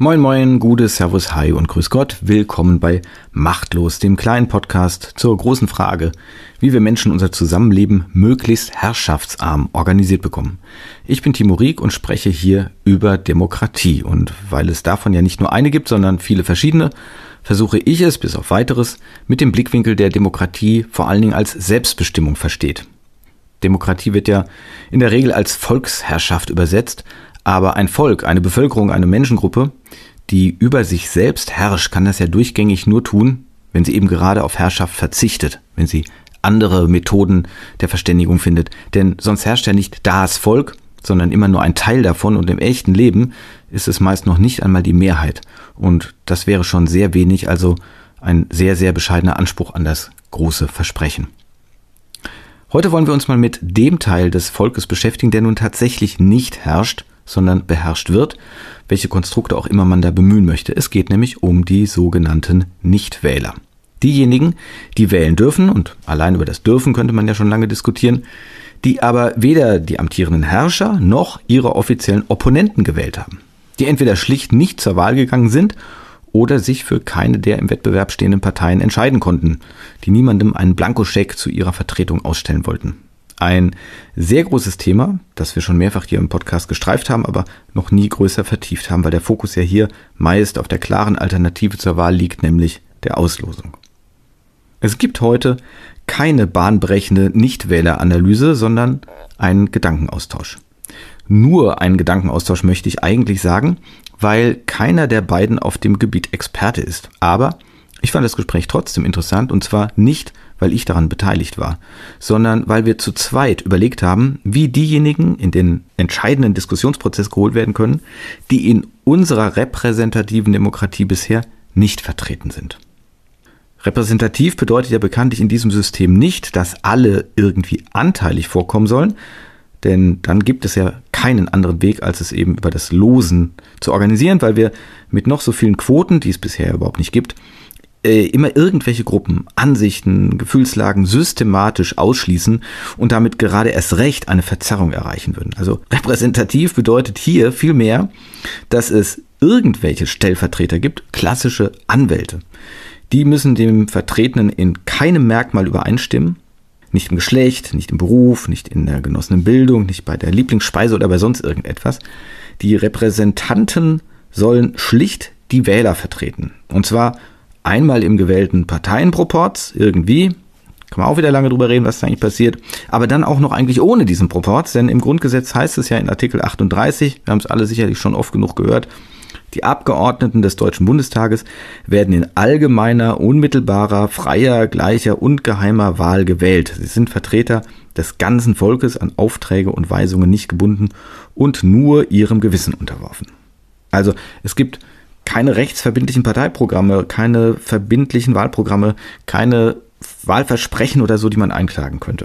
Moin moin, Gude, Servus, Hi und Grüß Gott. Willkommen bei Machtlos, dem kleinen Podcast zur großen Frage, wie wir Menschen unser Zusammenleben möglichst herrschaftsarm organisiert bekommen. Ich bin Timo Rieck und spreche hier über Demokratie. Und weil es davon ja nicht nur eine gibt, sondern viele verschiedene, versuche ich es, bis auf weiteres, mit dem Blickwinkel der Demokratie vor allen Dingen als Selbstbestimmung versteht. Demokratie wird ja in der Regel als Volksherrschaft übersetzt, aber ein Volk, eine Bevölkerung, eine Menschengruppe, die über sich selbst herrscht, kann das ja durchgängig nur tun, wenn sie eben gerade auf Herrschaft verzichtet, wenn sie andere Methoden der Verständigung findet. Denn sonst herrscht ja nicht das Volk, sondern immer nur ein Teil davon, und im echten Leben ist es meist noch nicht einmal die Mehrheit. Und das wäre schon sehr wenig, also ein sehr, sehr bescheidener Anspruch an das große Versprechen. Heute wollen wir uns mal mit dem Teil des Volkes beschäftigen, der nun tatsächlich nicht herrscht, sondern beherrscht wird, welche Konstrukte auch immer man da bemühen möchte. Es geht nämlich um die sogenannten Nichtwähler. Diejenigen, die wählen dürfen, und allein über das Dürfen könnte man ja schon lange diskutieren, die aber weder die amtierenden Herrscher noch ihre offiziellen Opponenten gewählt haben, die entweder schlicht nicht zur Wahl gegangen sind oder sich für keine der im Wettbewerb stehenden Parteien entscheiden konnten, die niemandem einen Blankoscheck zu ihrer Vertretung ausstellen wollten. Ein sehr großes Thema, das wir schon mehrfach hier im Podcast gestreift haben, aber noch nie größer vertieft haben, weil der Fokus ja hier meist auf der klaren Alternative zur Wahl liegt, nämlich der Auslosung. Es gibt heute keine bahnbrechende Nichtwähleranalyse, sondern einen Gedankenaustausch. Nur einen Gedankenaustausch möchte ich eigentlich sagen, weil keiner der beiden auf dem Gebiet Experte ist. Aber ich fand das Gespräch trotzdem interessant, und zwar nicht, weil ich daran beteiligt war, sondern weil wir zu zweit überlegt haben, wie diejenigen in den entscheidenden Diskussionsprozess geholt werden können, die in unserer repräsentativen Demokratie bisher nicht vertreten sind. Repräsentativ bedeutet ja bekanntlich in diesem System nicht, dass alle irgendwie anteilig vorkommen sollen, denn dann gibt es ja keinen anderen Weg, als es eben über das Losen zu organisieren, weil wir mit noch so vielen Quoten, die es bisher überhaupt nicht gibt, immer irgendwelche Gruppen, Ansichten, Gefühlslagen systematisch ausschließen und damit gerade erst recht eine Verzerrung erreichen würden. Also repräsentativ bedeutet hier vielmehr, dass es irgendwelche Stellvertreter gibt, klassische Anwälte. Die müssen dem Vertretenen in keinem Merkmal übereinstimmen, nicht im Geschlecht, nicht im Beruf, nicht in der genossenen Bildung, nicht bei der Lieblingsspeise oder bei sonst irgendetwas. Die Repräsentanten sollen schlicht die Wähler vertreten, und zwar einmal im gewählten Parteienproporz, irgendwie, kann man auch wieder lange drüber reden, was da eigentlich passiert, aber dann auch noch eigentlich ohne diesen Proporz, denn im Grundgesetz heißt es ja in Artikel 38, wir haben es alle sicherlich schon oft genug gehört, die Abgeordneten des Deutschen Bundestages werden in allgemeiner, unmittelbarer, freier, gleicher und geheimer Wahl gewählt. Sie sind Vertreter des ganzen Volkes, an Aufträge und Weisungen nicht gebunden und nur ihrem Gewissen unterworfen. Also es gibt keine rechtsverbindlichen Parteiprogramme, keine verbindlichen Wahlprogramme, keine Wahlversprechen oder so, die man einklagen könnte.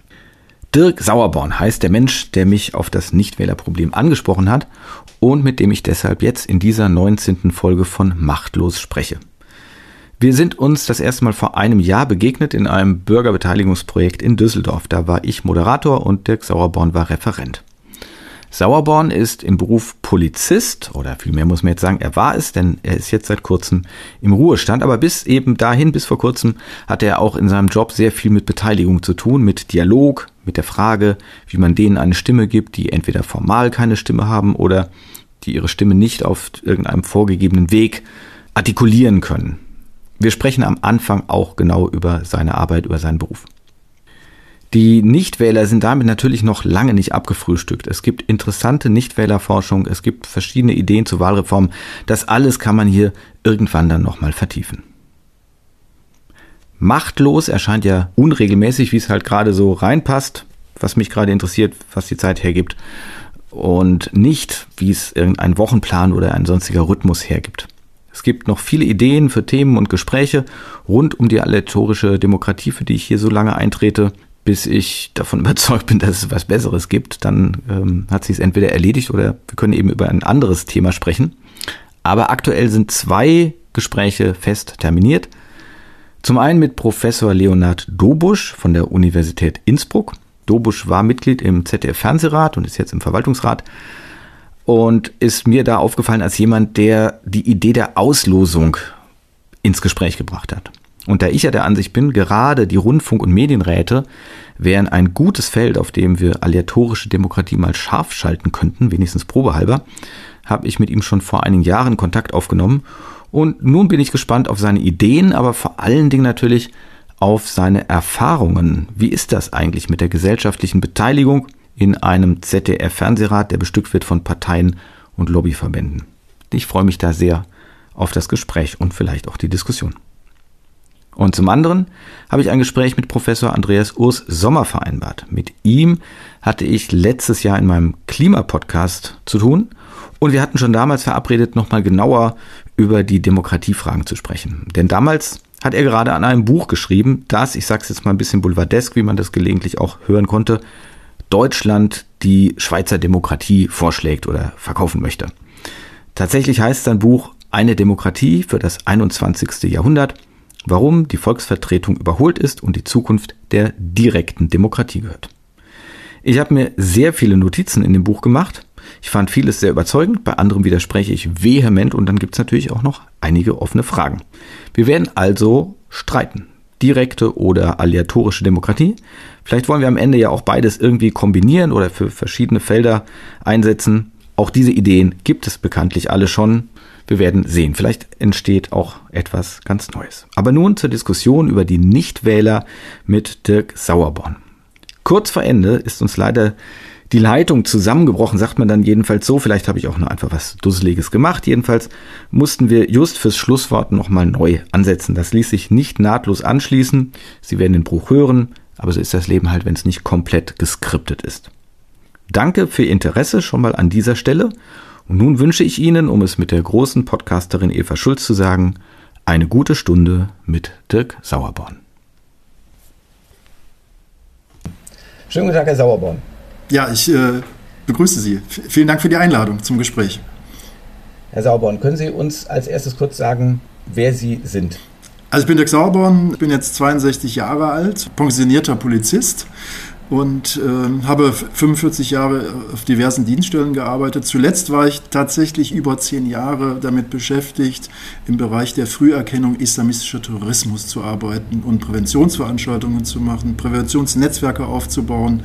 Dirk Sauerborn heißt der Mensch, der mich auf das Nichtwählerproblem angesprochen hat und mit dem ich deshalb jetzt in dieser 19. Folge von Machtlos spreche. Wir sind uns das erste Mal vor einem Jahr begegnet in einem Bürgerbeteiligungsprojekt in Düsseldorf. Da war ich Moderator und Dirk Sauerborn war Referent. Sauerborn ist im Beruf Polizist, oder vielmehr muss man jetzt sagen, er war es, denn er ist jetzt seit kurzem im Ruhestand. Aber bis vor kurzem, hatte er auch in seinem Job sehr viel mit Beteiligung zu tun, mit Dialog, mit der Frage, wie man denen eine Stimme gibt, die entweder formal keine Stimme haben oder die ihre Stimme nicht auf irgendeinem vorgegebenen Weg artikulieren können. Wir sprechen am Anfang auch genau über seine Arbeit, über seinen Beruf. Die Nichtwähler sind damit natürlich noch lange nicht abgefrühstückt. Es gibt interessante Nichtwählerforschung, es gibt verschiedene Ideen zur Wahlreform. Das alles kann man hier irgendwann dann nochmal vertiefen. Machtlos erscheint ja unregelmäßig, wie es halt gerade so reinpasst, was mich gerade interessiert, was die Zeit hergibt. Und nicht, wie es irgendein Wochenplan oder ein sonstiger Rhythmus hergibt. Es gibt noch viele Ideen für Themen und Gespräche rund um die elektorische Demokratie, für die ich hier so lange eintrete, bis ich davon überzeugt bin, dass es was Besseres gibt. Dann hat sich es entweder erledigt oder wir können eben über ein anderes Thema sprechen. Aber aktuell sind 2 Gespräche fest terminiert. Zum einen mit Professor Leonhard Dobusch von der Universität Innsbruck. Dobusch war Mitglied im ZDF-Fernsehrat und ist jetzt im Verwaltungsrat. und ist mir da aufgefallen als jemand, der die Idee der Auslosung ins Gespräch gebracht hat. Und da ich ja der Ansicht bin, gerade die Rundfunk- und Medienräte wären ein gutes Feld, auf dem wir aleatorische Demokratie mal scharf schalten könnten, wenigstens probehalber, habe ich mit ihm schon vor einigen Jahren Kontakt aufgenommen. Und nun bin ich gespannt auf seine Ideen, aber vor allen Dingen natürlich auf seine Erfahrungen. Wie ist das eigentlich mit der gesellschaftlichen Beteiligung in einem ZDF-Fernsehrat, der bestückt wird von Parteien und Lobbyverbänden? Ich freue mich da sehr auf das Gespräch und vielleicht auch die Diskussion. Und zum anderen habe ich ein Gespräch mit Professor Andreas Urs Sommer vereinbart. Mit ihm hatte ich letztes Jahr in meinem Klimapodcast zu tun und wir hatten schon damals verabredet, nochmal genauer über die Demokratiefragen zu sprechen. Denn damals hat er gerade an einem Buch geschrieben, das, ich sage es jetzt mal ein bisschen boulevardesk, wie man das gelegentlich auch hören konnte, Deutschland die Schweizer Demokratie vorschlägt oder verkaufen möchte. Tatsächlich heißt sein Buch Eine Demokratie für das 21. Jahrhundert, warum die Volksvertretung überholt ist und die Zukunft der direkten Demokratie gehört. Ich habe mir sehr viele Notizen in dem Buch gemacht. Ich fand vieles sehr überzeugend, bei anderem widerspreche ich vehement und dann gibt es natürlich auch noch einige offene Fragen. Wir werden also streiten. Direkte oder aleatorische Demokratie. Vielleicht wollen wir am Ende ja auch beides irgendwie kombinieren oder für verschiedene Felder einsetzen. Auch diese Ideen gibt es bekanntlich alle schon. Wir werden sehen. Vielleicht entsteht auch etwas ganz Neues. Aber nun zur Diskussion über die Nichtwähler mit Dirk Sauerborn. Kurz vor Ende ist uns leider die Leitung zusammengebrochen, sagt man dann jedenfalls so. Vielleicht habe ich auch nur einfach was Dusseliges gemacht. Jedenfalls mussten wir just fürs Schlusswort nochmal neu ansetzen. Das ließ sich nicht nahtlos anschließen. Sie werden den Bruch hören, aber so ist das Leben halt, wenn es nicht komplett geskriptet ist. Danke für Ihr Interesse schon mal an dieser Stelle. Und nun wünsche ich Ihnen, um es mit der großen Podcasterin Eva Schulz zu sagen, eine gute Stunde mit Dirk Sauerborn. Schönen guten Tag, Herr Sauerborn. Ja, ich begrüße Sie. Vielen Dank für die Einladung zum Gespräch. Herr Sauerborn, können Sie uns als erstes kurz sagen, wer Sie sind? Also ich bin Dirk Sauerborn, bin jetzt 62 Jahre alt, pensionierter Polizist und habe 45 Jahre auf diversen Dienststellen gearbeitet. Zuletzt war ich tatsächlich über 10 Jahre damit beschäftigt, im Bereich der Früherkennung islamistischer Terrorismus zu arbeiten und Präventionsveranstaltungen zu machen, Präventionsnetzwerke aufzubauen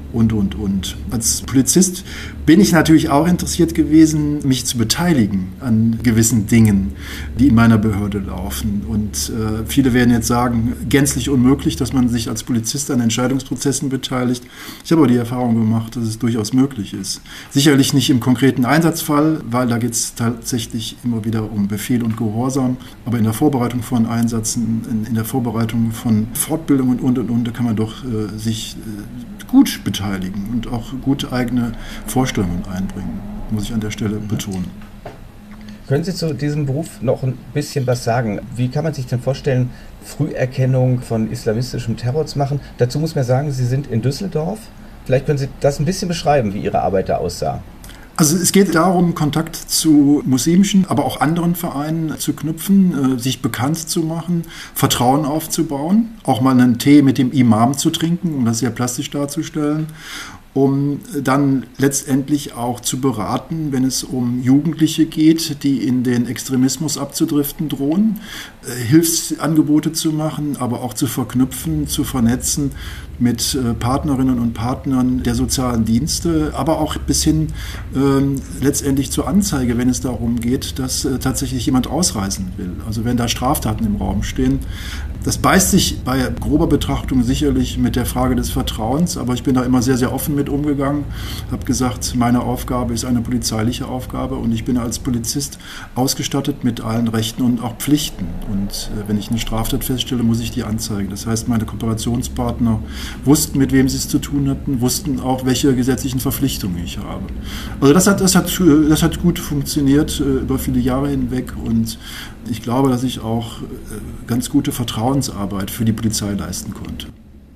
und. Als Polizist bin ich natürlich auch interessiert gewesen, mich zu beteiligen an gewissen Dingen, die in meiner Behörde laufen. Und viele werden jetzt sagen, gänzlich unmöglich, dass man sich als Polizist an Entscheidungsprozessen beteiligt. Ich habe aber die Erfahrung gemacht, dass es durchaus möglich ist. Sicherlich nicht im konkreten Einsatzfall, weil da geht es tatsächlich immer wieder um Befehl und Gehorsam. Aber in der Vorbereitung von Einsätzen, in der Vorbereitung von Fortbildungen und, da kann man doch sich gut beteiligen und auch gut eigene Vorstellungen einbringen, muss ich an der Stelle betonen. Können Sie zu diesem Beruf noch ein bisschen was sagen? Wie kann man sich denn vorstellen, Früherkennung von islamistischem Terror zu machen? Dazu muss man sagen, Sie sind in Düsseldorf. Vielleicht können Sie das ein bisschen beschreiben, wie Ihre Arbeit da aussah. Also es geht darum, Kontakt zu muslimischen, aber auch anderen Vereinen zu knüpfen, sich bekannt zu machen, Vertrauen aufzubauen, auch mal einen Tee mit dem Imam zu trinken, um das sehr plastisch darzustellen, um dann letztendlich auch zu beraten, wenn es um Jugendliche geht, die in den Extremismus abzudriften drohen, Hilfsangebote zu machen, aber auch zu verknüpfen, zu vernetzen mit Partnerinnen und Partnern der sozialen Dienste, aber auch bis hin letztendlich zur Anzeige, wenn es darum geht, dass tatsächlich jemand ausreisen will. Also wenn da Straftaten im Raum stehen. Das beißt sich bei grober Betrachtung sicherlich mit der Frage des Vertrauens, aber ich bin da immer sehr, sehr offen mit umgegangen, habe gesagt, meine Aufgabe ist eine polizeiliche Aufgabe und ich bin als Polizist ausgestattet mit allen Rechten und auch Pflichten. Und wenn ich eine Straftat feststelle, muss ich die anzeigen. Das heißt, meine Kooperationspartner wussten, mit wem sie es zu tun hatten, wussten auch, welche gesetzlichen Verpflichtungen ich habe. Also das hat gut funktioniert über viele Jahre hinweg und ich glaube, dass ich auch ganz gute Vertrauensarbeit für die Polizei leisten konnte.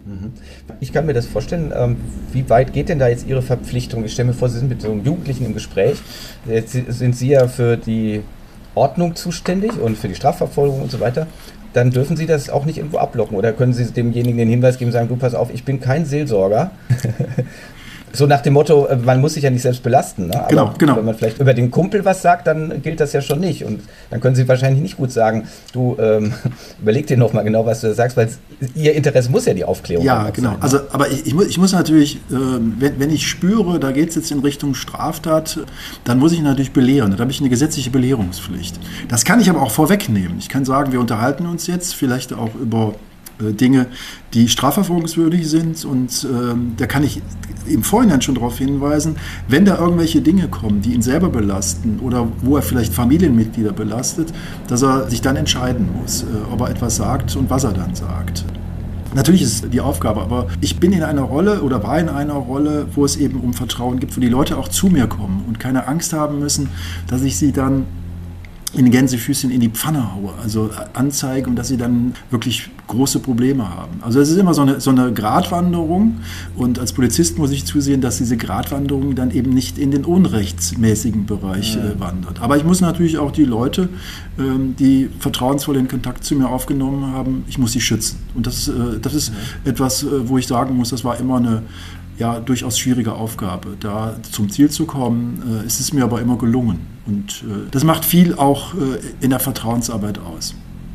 Ich kann mir das vorstellen. Wie weit geht denn da jetzt Ihre Verpflichtung? Ich stelle mir vor, Sie sind mit so einem Jugendlichen im Gespräch. Jetzt sind Sie ja für die Ordnung zuständig und für die Strafverfolgung und so weiter. Dann dürfen Sie das auch nicht irgendwo ablocken. Oder können Sie demjenigen den Hinweis geben und sagen, du pass auf, ich bin kein Seelsorger. So nach dem Motto, man muss sich ja nicht selbst belasten. Ne? Aber genau. wenn man vielleicht über den Kumpel was sagt, dann gilt das ja schon nicht. Und dann können Sie wahrscheinlich nicht gut sagen, du überleg dir nochmal genau, was du da sagst, weil Ihr Interesse muss ja die Aufklärung sein. Ja, genau. Ne? Also, aber ich muss natürlich, wenn ich spüre, da geht es jetzt in Richtung Straftat, dann muss ich natürlich belehren. Da habe ich eine gesetzliche Belehrungspflicht. Das kann ich aber auch vorwegnehmen. Ich kann sagen, wir unterhalten uns jetzt vielleicht auch über Dinge, die strafverfolgungswürdig sind, und da kann ich im Vorhinein schon darauf hinweisen, wenn da irgendwelche Dinge kommen, die ihn selber belasten oder wo er vielleicht Familienmitglieder belastet, dass er sich dann entscheiden muss, ob er etwas sagt und was er dann sagt. Natürlich ist es die Aufgabe, aber ich bin in einer Rolle oder war in einer Rolle, wo es eben um Vertrauen gibt, wo die Leute auch zu mir kommen und keine Angst haben müssen, dass ich sie dann in Gänsefüßchen in die Pfanne haue, also anzeige, und dass sie dann wirklich große Probleme haben. Also es ist immer so eine Gratwanderung, und als Polizist muss ich zusehen, dass diese Gratwanderung dann eben nicht in den unrechtsmäßigen Bereich wandert. Aber ich muss natürlich auch die Leute, die vertrauensvoll den Kontakt zu mir aufgenommen haben, ich muss sie schützen. Und das ist etwas, wo ich sagen muss, das war immer eine durchaus schwierige Aufgabe. Da zum Ziel zu kommen, ist es mir aber immer gelungen. Und das macht viel auch in der Vertrauensarbeit aus.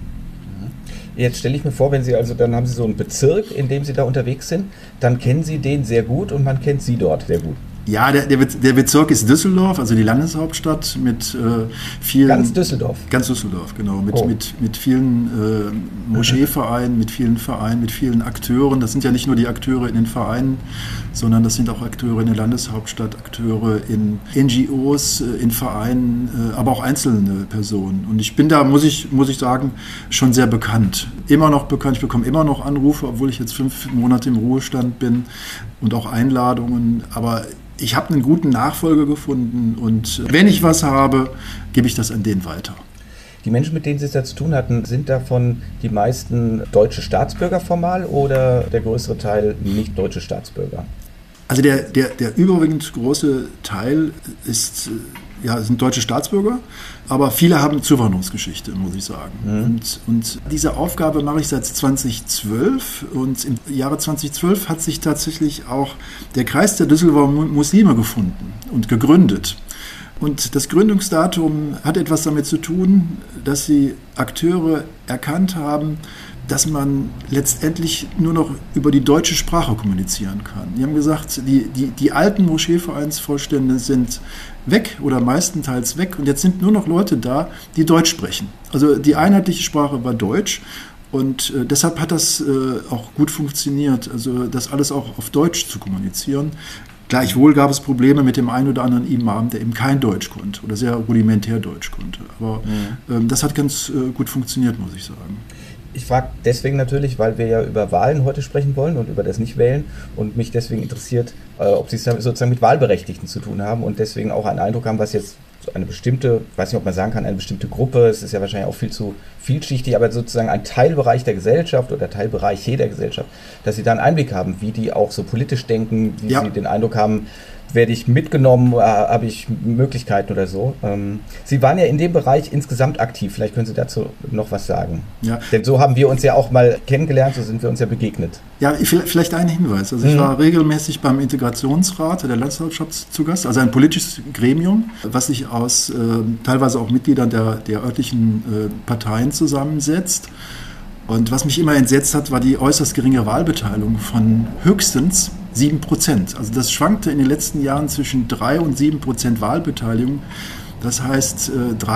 Jetzt stelle ich mir vor, dann haben Sie so einen Bezirk, in dem Sie da unterwegs sind, dann kennen Sie den sehr gut und man kennt Sie dort sehr gut. Ja, der Bezirk ist Düsseldorf, also die Landeshauptstadt mit vielen... Ganz Düsseldorf? Ganz Düsseldorf, genau. Mit vielen Moscheevereinen, mit vielen Vereinen, mit vielen Akteuren. Das sind ja nicht nur die Akteure in den Vereinen, sondern das sind auch Akteure in der Landeshauptstadt, Akteure in NGOs, in Vereinen, aber auch einzelne Personen. Und ich bin da, muss ich sagen, schon sehr bekannt. Immer noch bekannt. Ich bekomme immer noch Anrufe, obwohl ich jetzt 5 Monate im Ruhestand bin, und auch Einladungen. Aber ich habe einen guten Nachfolger gefunden, und wenn ich was habe, gebe ich das an den weiter. Die Menschen, mit denen Sie es da zu tun hatten, sind davon die meisten deutsche Staatsbürger formal oder der größere Teil nicht deutsche Staatsbürger? Also der überwiegend große Teil sind deutsche Staatsbürger, aber viele haben Zuwanderungsgeschichte, muss ich sagen. Und diese Aufgabe mache ich seit 2012, und im Jahre 2012 hat sich tatsächlich auch der Kreis der Düsseldorfer Muslime gefunden und gegründet. Und das Gründungsdatum hat etwas damit zu tun, dass die Akteure erkannt haben, dass man letztendlich nur noch über die deutsche Sprache kommunizieren kann. Die haben gesagt, die alten Moscheevereinsvorstände sind weg oder meistenteils weg, und jetzt sind nur noch Leute da, die Deutsch sprechen. Also die einheitliche Sprache war Deutsch, und deshalb hat das auch gut funktioniert, also das alles auch auf Deutsch zu kommunizieren. Gleichwohl gab es Probleme mit dem einen oder anderen Imam, der eben kein Deutsch konnte oder sehr rudimentär Deutsch konnte. Aber das hat ganz gut funktioniert, muss ich sagen. Ich frage deswegen natürlich, weil wir ja über Wahlen heute sprechen wollen und über das Nichtwählen, und mich deswegen interessiert, ob Sie es sozusagen mit Wahlberechtigten zu tun haben und deswegen auch einen Eindruck haben, was jetzt so eine bestimmte, ich weiß nicht, ob man sagen kann, eine bestimmte Gruppe, es ist ja wahrscheinlich auch viel zu vielschichtig, aber sozusagen ein Teilbereich der Gesellschaft oder Teilbereiche der Gesellschaft, dass Sie da einen Einblick haben, wie die auch so politisch denken, wie Sie den Eindruck haben, werde ich mitgenommen, habe ich Möglichkeiten oder so. Sie waren ja in dem Bereich insgesamt aktiv, vielleicht können Sie dazu noch was sagen. Ja. Denn so haben wir uns ja auch mal kennengelernt, so sind wir uns ja begegnet. Ja, vielleicht ein Hinweis. Also ich war regelmäßig beim Integrationsrat der Landeshauptstadt zu Gast, also ein politisches Gremium, was sich aus teilweise auch Mitgliedern der örtlichen Parteien zusammensetzt. Und was mich immer entsetzt hat, war die äußerst geringe Wahlbeteiligung von höchstens 7%. Also das schwankte in den letzten Jahren zwischen 3% und 7% Wahlbeteiligung. Das heißt,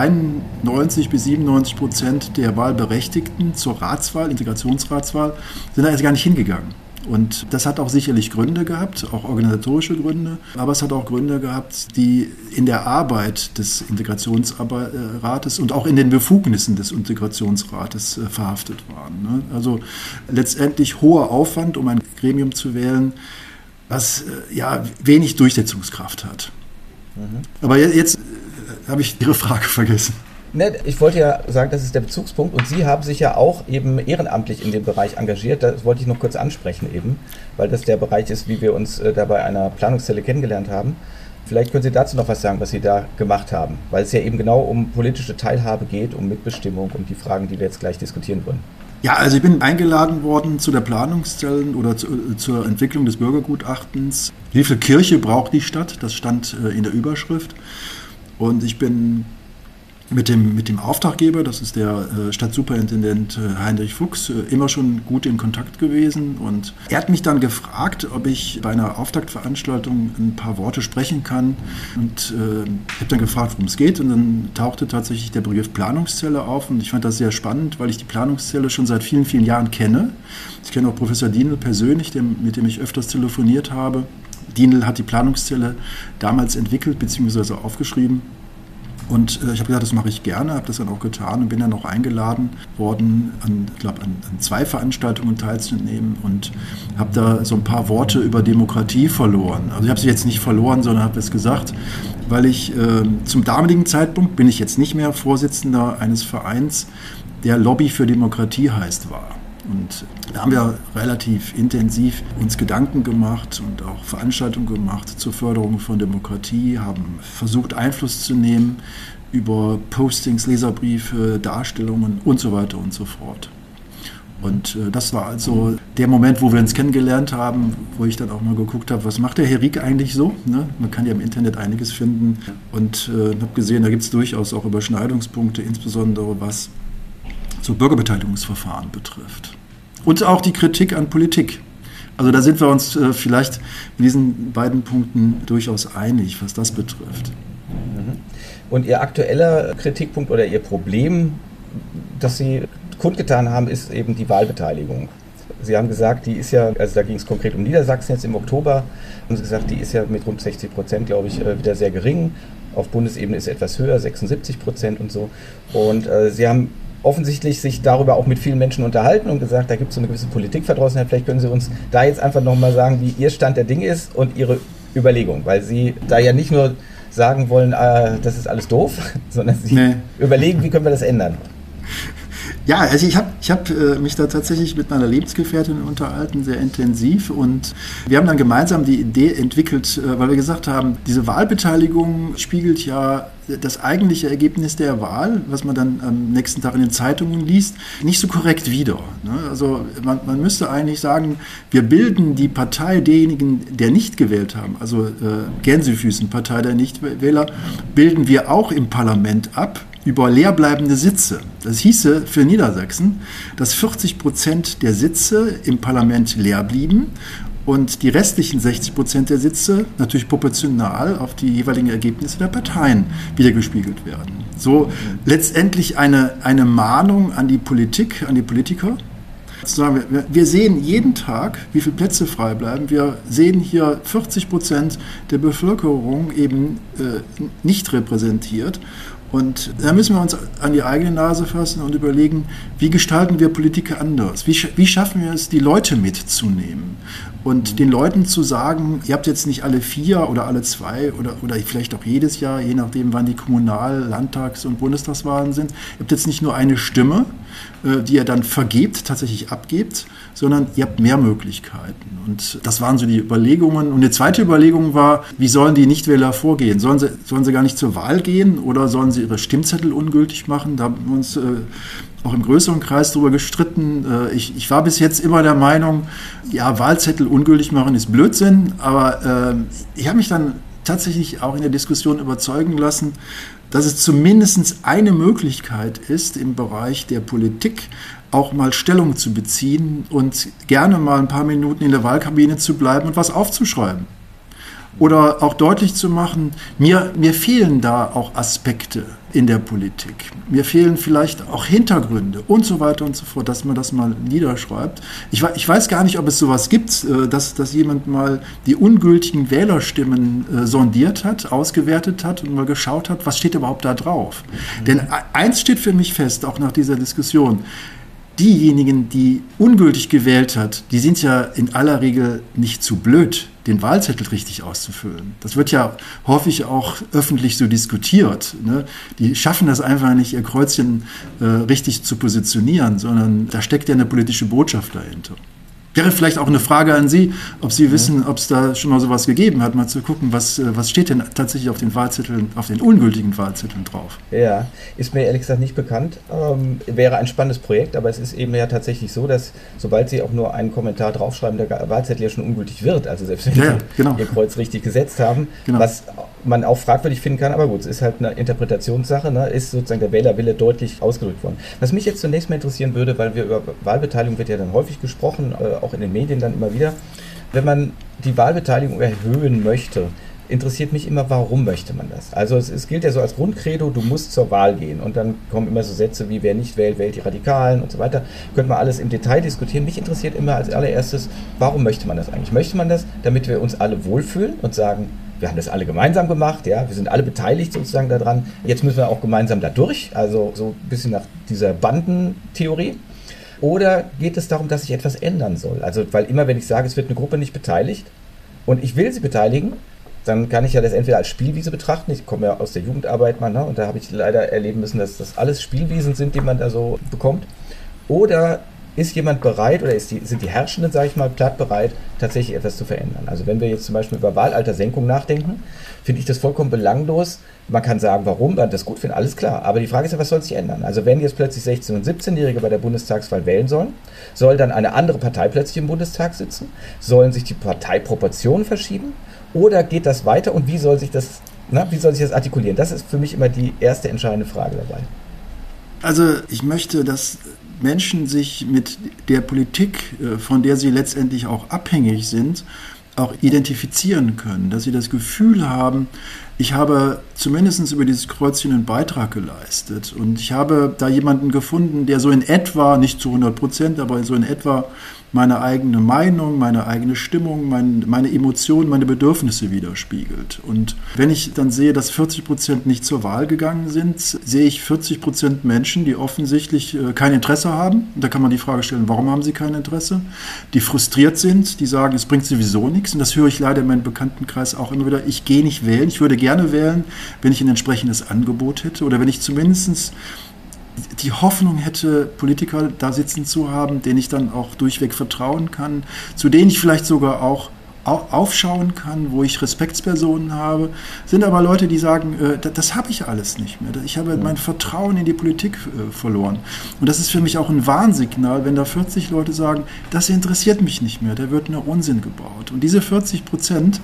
93-97% der Wahlberechtigten zur Ratswahl, Integrationsratswahl, sind da jetzt gar nicht hingegangen. Und das hat auch sicherlich Gründe gehabt, auch organisatorische Gründe, aber es hat auch Gründe gehabt, die in der Arbeit des Integrationsrates und auch in den Befugnissen des Integrationsrates verhaftet waren. Also letztendlich hoher Aufwand, um ein Gremium zu wählen, was wenig Durchsetzungskraft hat. Aber jetzt habe ich Ihre Frage vergessen. Ich wollte ja sagen, das ist der Bezugspunkt, und Sie haben sich ja auch eben ehrenamtlich in dem Bereich engagiert. Das wollte ich noch kurz ansprechen eben, weil das der Bereich ist, wie wir uns da bei einer Planungszelle kennengelernt haben. Vielleicht können Sie dazu noch was sagen, was Sie da gemacht haben, weil es ja eben genau um politische Teilhabe geht, um Mitbestimmung, um die Fragen, die wir jetzt gleich diskutieren wollen. Ja, also ich bin eingeladen worden zu der Planungszellen oder zur Entwicklung des Bürgergutachtens. Wie viel Kirche braucht die Stadt? Das stand in der Überschrift. Und ich bin mit dem Auftraggeber, das ist der Stadtsuperintendent Heinrich Fuchs, immer schon gut in Kontakt gewesen. Und er hat mich dann gefragt, ob ich bei einer Auftaktveranstaltung ein paar Worte sprechen kann. Und ich habe dann gefragt, worum es geht. Und dann tauchte tatsächlich der Begriff Planungszelle auf. Und ich fand das sehr spannend, weil ich die Planungszelle schon seit vielen, vielen Jahren kenne. Ich kenne auch Professor Dienel persönlich, mit dem ich öfters telefoniert habe. Dienel hat die Planungszelle damals entwickelt bzw. aufgeschrieben. Und ich habe gesagt, das mache ich gerne, habe das dann auch getan und bin dann auch eingeladen worden, an 2 Veranstaltungen teilzunehmen und habe da so ein paar Worte über Demokratie verloren. Also ich habe sie jetzt nicht verloren, sondern habe es gesagt, weil ich zum damaligen Zeitpunkt, bin ich jetzt nicht mehr Vorsitzender eines Vereins, der Lobby für Demokratie heißt, war. Und da haben wir relativ intensiv uns Gedanken gemacht und auch Veranstaltungen gemacht zur Förderung von Demokratie, haben versucht, Einfluss zu nehmen über Postings, Leserbriefe, Darstellungen und so weiter und so fort. Und das war also der Moment, wo wir uns kennengelernt haben, wo ich dann auch mal geguckt habe, was macht der Herr Rieck eigentlich so? Ne? Man kann ja im Internet einiges finden und habe gesehen, da gibt es durchaus auch Überschneidungspunkte, insbesondere was so Bürgerbeteiligungsverfahren betrifft. Und auch die Kritik an Politik. Also da sind wir uns vielleicht in diesen beiden Punkten durchaus einig, was das betrifft. Und Ihr aktueller Kritikpunkt oder Ihr Problem, das Sie kundgetan haben, ist eben die Wahlbeteiligung. Sie haben gesagt, die ist ja, also da ging es konkret um Niedersachsen jetzt im Oktober, haben Sie gesagt, die ist ja mit rund 60%, glaube ich, wieder sehr gering. Auf Bundesebene ist es etwas höher, 76% und so. Und Sie haben offensichtlich sich darüber auch mit vielen Menschen unterhalten und gesagt, da gibt es so eine gewisse Politikverdrossenheit. Vielleicht können Sie uns da jetzt einfach nochmal sagen, wie Ihr Stand der Dinge ist und Ihre Überlegung, weil Sie da ja nicht nur sagen wollen, das ist alles doof, sondern Sie überlegen, wie können wir das ändern. Ja, also ich hab mich da tatsächlich mit meiner Lebensgefährtin unterhalten, sehr intensiv, und wir haben dann gemeinsam die Idee entwickelt, weil wir gesagt haben, diese Wahlbeteiligung spiegelt ja das eigentliche Ergebnis der Wahl, was man dann am nächsten Tag in den Zeitungen liest, nicht so korrekt wider. Also man müsste eigentlich sagen, wir bilden die Partei derjenigen, der nicht gewählt haben, also Gänsefüßchen-Partei der Nichtwähler, bilden wir auch im Parlament ab über leerbleibende Sitze. Das hieße für Niedersachsen, dass 40% der Sitze im Parlament leer blieben und die restlichen 60% der Sitze natürlich proportional auf die jeweiligen Ergebnisse der Parteien wiedergespiegelt werden. So letztendlich eine Mahnung an die Politik, an die Politiker. Wir sehen jeden Tag, wie viele Plätze frei bleiben. Wir sehen hier 40% der Bevölkerung eben nicht repräsentiert. Und da müssen wir uns an die eigene Nase fassen und überlegen, wie gestalten wir Politik anders? Wie schaffen wir es, die Leute mitzunehmen? Und den Leuten zu sagen, ihr habt jetzt nicht alle 4 oder alle 2 oder vielleicht auch jedes Jahr, je nachdem wann die Kommunal-, Landtags- und Bundestagswahlen sind, ihr habt jetzt nicht nur eine Stimme, die ihr dann vergebt, tatsächlich abgebt, sondern ihr habt mehr Möglichkeiten. Und das waren so die Überlegungen. Und die zweite Überlegung war, wie sollen die Nichtwähler vorgehen? Sollen sie gar nicht zur Wahl gehen oder sollen sie ihre Stimmzettel ungültig machen? Da haben wir uns auch im größeren Kreis darüber gestritten. Ich war bis jetzt immer der Meinung, ja, Wahlzettel ungültig machen ist Blödsinn, aber ich habe mich dann tatsächlich auch in der Diskussion überzeugen lassen, dass es zumindest eine Möglichkeit ist, im Bereich der Politik auch mal Stellung zu beziehen und gerne mal ein paar Minuten in der Wahlkabine zu bleiben und was aufzuschreiben. Oder auch deutlich zu machen, mir fehlen da auch Aspekte in der Politik. Mir fehlen vielleicht auch Hintergründe und so weiter und so fort, dass man das mal niederschreibt. Ich weiß gar nicht, ob es sowas gibt, dass jemand mal die ungültigen Wählerstimmen sondiert hat, ausgewertet hat und mal geschaut hat, was steht überhaupt da drauf. Denn eins steht für mich fest, auch nach dieser Diskussion: Diejenigen, die ungültig gewählt hat, die sind ja in aller Regel nicht zu blöd, den Wahlzettel richtig auszufüllen. Das wird ja häufig auch öffentlich so diskutiert. Ne? Die schaffen das einfach nicht, ihr Kreuzchen richtig zu positionieren, sondern da steckt ja eine politische Botschaft dahinter. Wäre vielleicht auch eine Frage an Sie, ob Sie wissen, ob es da schon mal sowas gegeben hat, mal zu gucken, was steht denn tatsächlich auf den Wahlzetteln, auf den ungültigen Wahlzetteln drauf. Ja, ist mir ehrlich gesagt nicht bekannt. Wäre ein spannendes Projekt, aber es ist eben ja tatsächlich so, dass sobald Sie auch nur einen Kommentar draufschreiben, der Wahlzettel ja schon ungültig wird. Also selbst wenn Sie Ihr Kreuz richtig gesetzt haben, was man auch fragwürdig finden kann, aber gut, es ist halt eine Interpretationssache, ne, ist sozusagen der Wählerwille deutlich ausgedrückt worden. Was mich jetzt zunächst mal interessieren würde, weil wir über Wahlbeteiligung wird ja dann häufig gesprochen, auch in den Medien dann immer wieder, wenn man die Wahlbeteiligung erhöhen möchte, interessiert mich immer, warum möchte man das? Also es gilt ja so als Grundcredo, du musst zur Wahl gehen und dann kommen immer so Sätze wie, wer nicht wählt, wählt die Radikalen und so weiter. Könnte man alles im Detail diskutieren. Mich interessiert immer als allererstes, warum möchte man das eigentlich? Möchte man das, damit wir uns alle wohlfühlen und sagen, wir haben das alle gemeinsam gemacht, ja, wir sind alle beteiligt sozusagen daran. Jetzt müssen wir auch gemeinsam da durch, also so ein bisschen nach dieser Bandentheorie. Oder geht es darum, dass sich etwas ändern soll? Also, weil immer, wenn ich sage, es wird eine Gruppe nicht beteiligt und ich will sie beteiligen, dann kann ich ja das entweder als Spielwiese betrachten. Ich komme ja aus der Jugendarbeit mal, ne, und da habe ich leider erleben müssen, dass das alles Spielwiesen sind, die man da so bekommt. Oder ist jemand bereit oder sind die Herrschenden, sage ich mal, platt bereit, tatsächlich etwas zu verändern? Also wenn wir jetzt zum Beispiel über Wahlaltersenkung nachdenken, finde ich das vollkommen belanglos. Man kann sagen, warum man das gut findet, alles klar. Aber die Frage ist ja, was soll sich ändern? Also wenn jetzt plötzlich 16- und 17-Jährige bei der Bundestagswahl wählen sollen, soll dann eine andere Partei plötzlich im Bundestag sitzen? Sollen sich die Parteiproportionen verschieben? Oder geht das weiter und wie soll sich das artikulieren? Das ist für mich immer die erste entscheidende Frage dabei. Also ich möchte, dass Menschen sich mit der Politik, von der sie letztendlich auch abhängig sind, auch identifizieren können, dass sie das Gefühl haben, ich habe zumindest über dieses Kreuzchen einen Beitrag geleistet und ich habe da jemanden gefunden, der so in etwa, nicht zu 100%, aber so in etwa meine eigene Meinung, meine eigene Stimmung, meine Emotionen, meine Bedürfnisse widerspiegelt. Und wenn ich dann sehe, dass 40% nicht zur Wahl gegangen sind, sehe ich 40% Menschen, die offensichtlich kein Interesse haben. Und da kann man die Frage stellen, warum haben sie kein Interesse? Die frustriert sind, die sagen, es bringt sowieso nichts. Und das höre ich leider in meinem Bekanntenkreis auch immer wieder. Ich gehe nicht wählen. Ich würde gerne wählen, wenn ich ein entsprechendes Angebot hätte oder wenn ich zumindest die Hoffnung hätte, Politiker da sitzen zu haben, denen ich dann auch durchweg vertrauen kann, zu denen ich vielleicht sogar auch aufschauen kann, wo ich Respektspersonen habe, sind aber Leute, die sagen, das habe ich alles nicht mehr. Ich habe mein Vertrauen in die Politik verloren. Und das ist für mich auch ein Warnsignal, wenn da 40 Leute sagen, das interessiert mich nicht mehr, da wird nur Unsinn gebaut. Und diese 40%,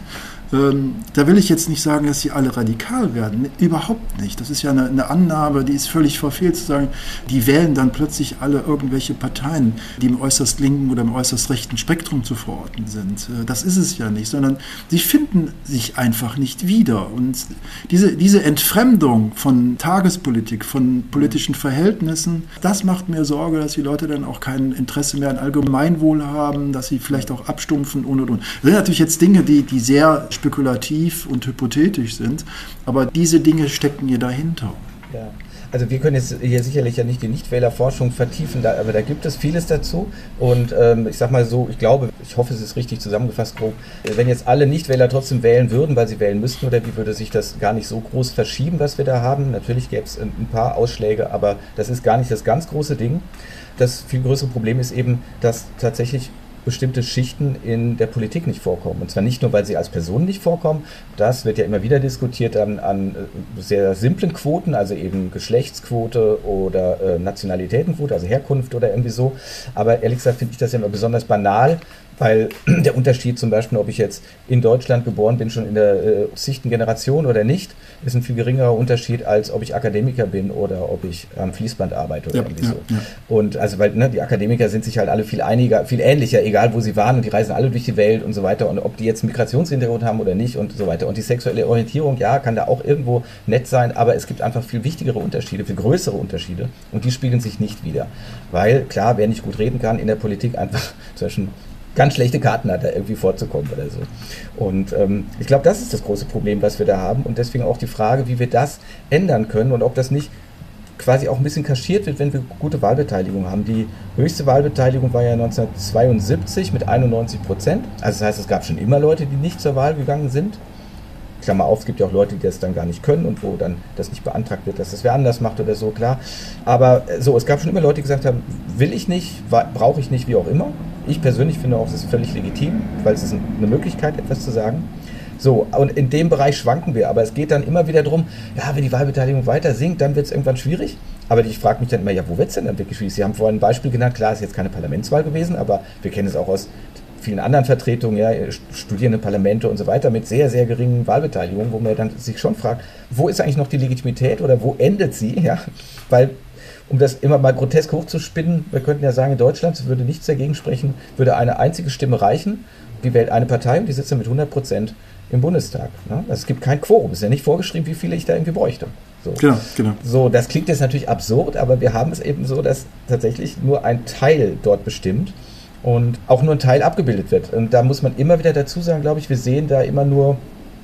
da will ich jetzt nicht sagen, dass sie alle radikal werden. Überhaupt nicht. Das ist ja eine Annahme, die ist völlig verfehlt, zu sagen, die wählen dann plötzlich alle irgendwelche Parteien, die im äußerst linken oder im äußerst rechten Spektrum zu verorten sind. Das ist es ja nicht, sondern sie finden sich einfach nicht wieder. Und diese Entfremdung von Tagespolitik, von politischen Verhältnissen, das macht mir Sorge, dass die Leute dann auch kein Interesse mehr an Allgemeinwohl haben, dass sie vielleicht auch abstumpfen und. Das sind natürlich jetzt Dinge, die sehr spekulativ und hypothetisch sind, aber diese Dinge stecken hier dahinter. Ja. Also wir können jetzt hier sicherlich ja nicht die Nichtwählerforschung vertiefen, aber da gibt es vieles dazu und ich sag mal so, ich hoffe, es ist richtig zusammengefasst grob, wenn jetzt alle Nichtwähler trotzdem wählen würden, weil sie wählen müssten, oder wie würde sich das gar nicht so groß verschieben, was wir da haben? Natürlich gäbe es ein paar Ausschläge, aber das ist gar nicht das ganz große Ding. Das viel größere Problem ist eben, dass tatsächlich bestimmte Schichten in der Politik nicht vorkommen. Und zwar nicht nur, weil sie als Personen nicht vorkommen, das wird ja immer wieder diskutiert an sehr simplen Quoten, also eben Geschlechtsquote oder Nationalitätenquote, also Herkunft oder irgendwie so. Aber ehrlich gesagt finde ich das ja immer besonders banal, weil der Unterschied zum Beispiel, ob ich jetzt in Deutschland geboren bin, schon in der 10. Generation oder nicht, ist ein viel geringerer Unterschied, als ob ich Akademiker bin oder ob ich am Fließband arbeite oder irgendwie so. Ja. Und also, weil die Akademiker sind sich halt alle viel ähnlicher, egal wo sie waren, und die reisen alle durch die Welt und so weiter, und ob die jetzt einen Migrationshintergrund haben oder nicht und so weiter. Und die sexuelle Orientierung, ja, kann da auch irgendwo nett sein, aber es gibt einfach viel wichtigere Unterschiede, viel größere Unterschiede, und die spiegeln sich nicht wieder. Weil, klar, wer nicht gut reden kann, in der Politik einfach zwischen ganz schlechte Karten hat, da irgendwie vorzukommen oder so. Und ich glaube, das ist das große Problem, was wir da haben, und deswegen auch die Frage, wie wir das ändern können und ob das nicht quasi auch ein bisschen kaschiert wird, wenn wir gute Wahlbeteiligung haben. Die höchste Wahlbeteiligung war ja 1972 mit 91%. Also das heißt, es gab schon immer Leute, die nicht zur Wahl gegangen sind. Klammer auf, es gibt ja auch Leute, die das dann gar nicht können und wo dann das nicht beantragt wird, dass das wer anders macht oder so, klar. Aber so, es gab schon immer Leute, die gesagt haben, will ich nicht, brauche ich nicht, wie auch immer. Ich persönlich finde auch, es ist völlig legitim, weil es ist eine Möglichkeit, etwas zu sagen. So, und in dem Bereich schwanken wir, aber es geht dann immer wieder darum, ja, wenn die Wahlbeteiligung weiter sinkt, dann wird es irgendwann schwierig. Aber ich frage mich dann immer, ja, wo wird es denn dann wirklich schwierig? Sie haben vorhin ein Beispiel genannt, klar, ist jetzt keine Parlamentswahl gewesen, aber wir kennen es auch aus vielen anderen Vertretungen, ja, studierende Parlamente und so weiter mit sehr, sehr geringen Wahlbeteiligungen, wo man dann sich schon fragt, wo ist eigentlich noch die Legitimität oder wo endet sie? Ja? Weil, um das immer mal grotesk hochzuspinnen, wir könnten ja sagen, in Deutschland würde nichts dagegen sprechen, würde eine einzige Stimme reichen, die wählt eine Partei und die sitzt dann mit 100% im Bundestag. Ne? Also es gibt kein Quorum, es ist ja nicht vorgeschrieben, wie viele ich da irgendwie bräuchte. So. Genau. So, das klingt jetzt natürlich absurd, aber wir haben es eben so, dass tatsächlich nur ein Teil dort bestimmt und auch nur ein Teil abgebildet wird. Und da muss man immer wieder dazu sagen, glaube ich, wir sehen da immer nur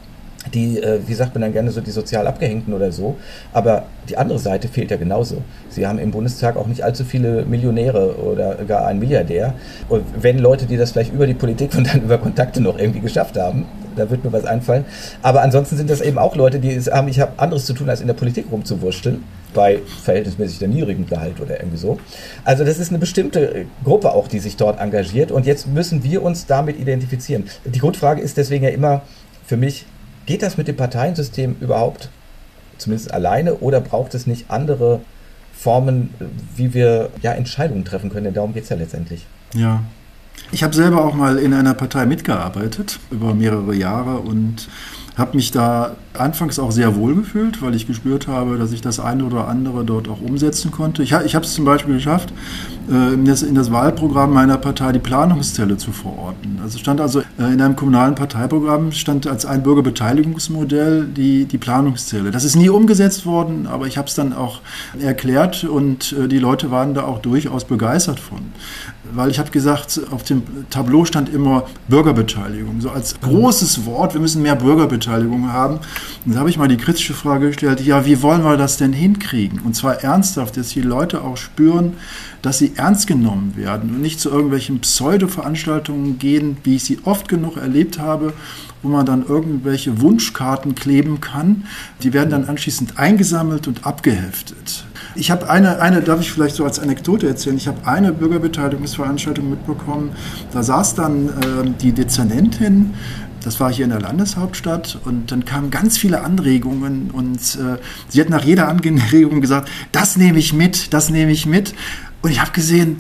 die, wie sagt man dann gerne, so die sozial Abgehängten oder so. Aber die andere Seite fehlt ja genauso. Sie haben im Bundestag auch nicht allzu viele Millionäre oder gar einen Milliardär. Und wenn Leute, die das vielleicht über die Politik und dann über Kontakte noch irgendwie geschafft haben, da wird mir was einfallen. Aber ansonsten sind das eben auch Leute, die sagen, ich habe anderes zu tun, als in der Politik rumzuwursteln, bei verhältnismäßig der niedrigen Gehalt oder irgendwie so. Also das ist eine bestimmte Gruppe auch, die sich dort engagiert. Und jetzt müssen wir uns damit identifizieren. Die Grundfrage ist deswegen ja immer für mich, geht das mit dem Parteiensystem überhaupt, zumindest alleine, oder braucht es nicht andere Formen, wie wir ja Entscheidungen treffen können? Denn darum geht es ja letztendlich. Ja. Ich habe selber auch mal in einer Partei mitgearbeitet, über mehrere Jahre, und habe mich da anfangs auch sehr wohl gefühlt, weil ich gespürt habe, dass ich das eine oder andere dort auch umsetzen konnte. Ich habe es zum Beispiel geschafft, in das Wahlprogramm meiner Partei die Planungszelle zu verorten. Also stand in einem kommunalen Parteiprogramm stand als ein Bürgerbeteiligungsmodell die Planungszelle. Das ist nie umgesetzt worden, aber ich habe es dann auch erklärt und die Leute waren da auch durchaus begeistert von. Weil ich habe gesagt, auf dem Tableau stand immer Bürgerbeteiligung, so als großes Wort, wir müssen mehr Bürgerbeteiligung haben. Und da habe ich mal die kritische Frage gestellt, ja, wie wollen wir das denn hinkriegen? Und zwar ernsthaft, dass die Leute auch spüren, dass sie ernst genommen werden und nicht zu irgendwelchen Pseudo-Veranstaltungen gehen, wie ich sie oft genug erlebt habe, wo man dann irgendwelche Wunschkarten kleben kann. Die werden dann anschließend eingesammelt und abgeheftet. Ich habe eine, darf ich vielleicht so als Anekdote erzählen, ich habe eine Bürgerbeteiligungsveranstaltung mitbekommen, da saß dann die Dezernentin, das war hier in der Landeshauptstadt, und dann kamen ganz viele Anregungen und sie hat nach jeder Anregung gesagt, das nehme ich mit. Und ich habe gesehen,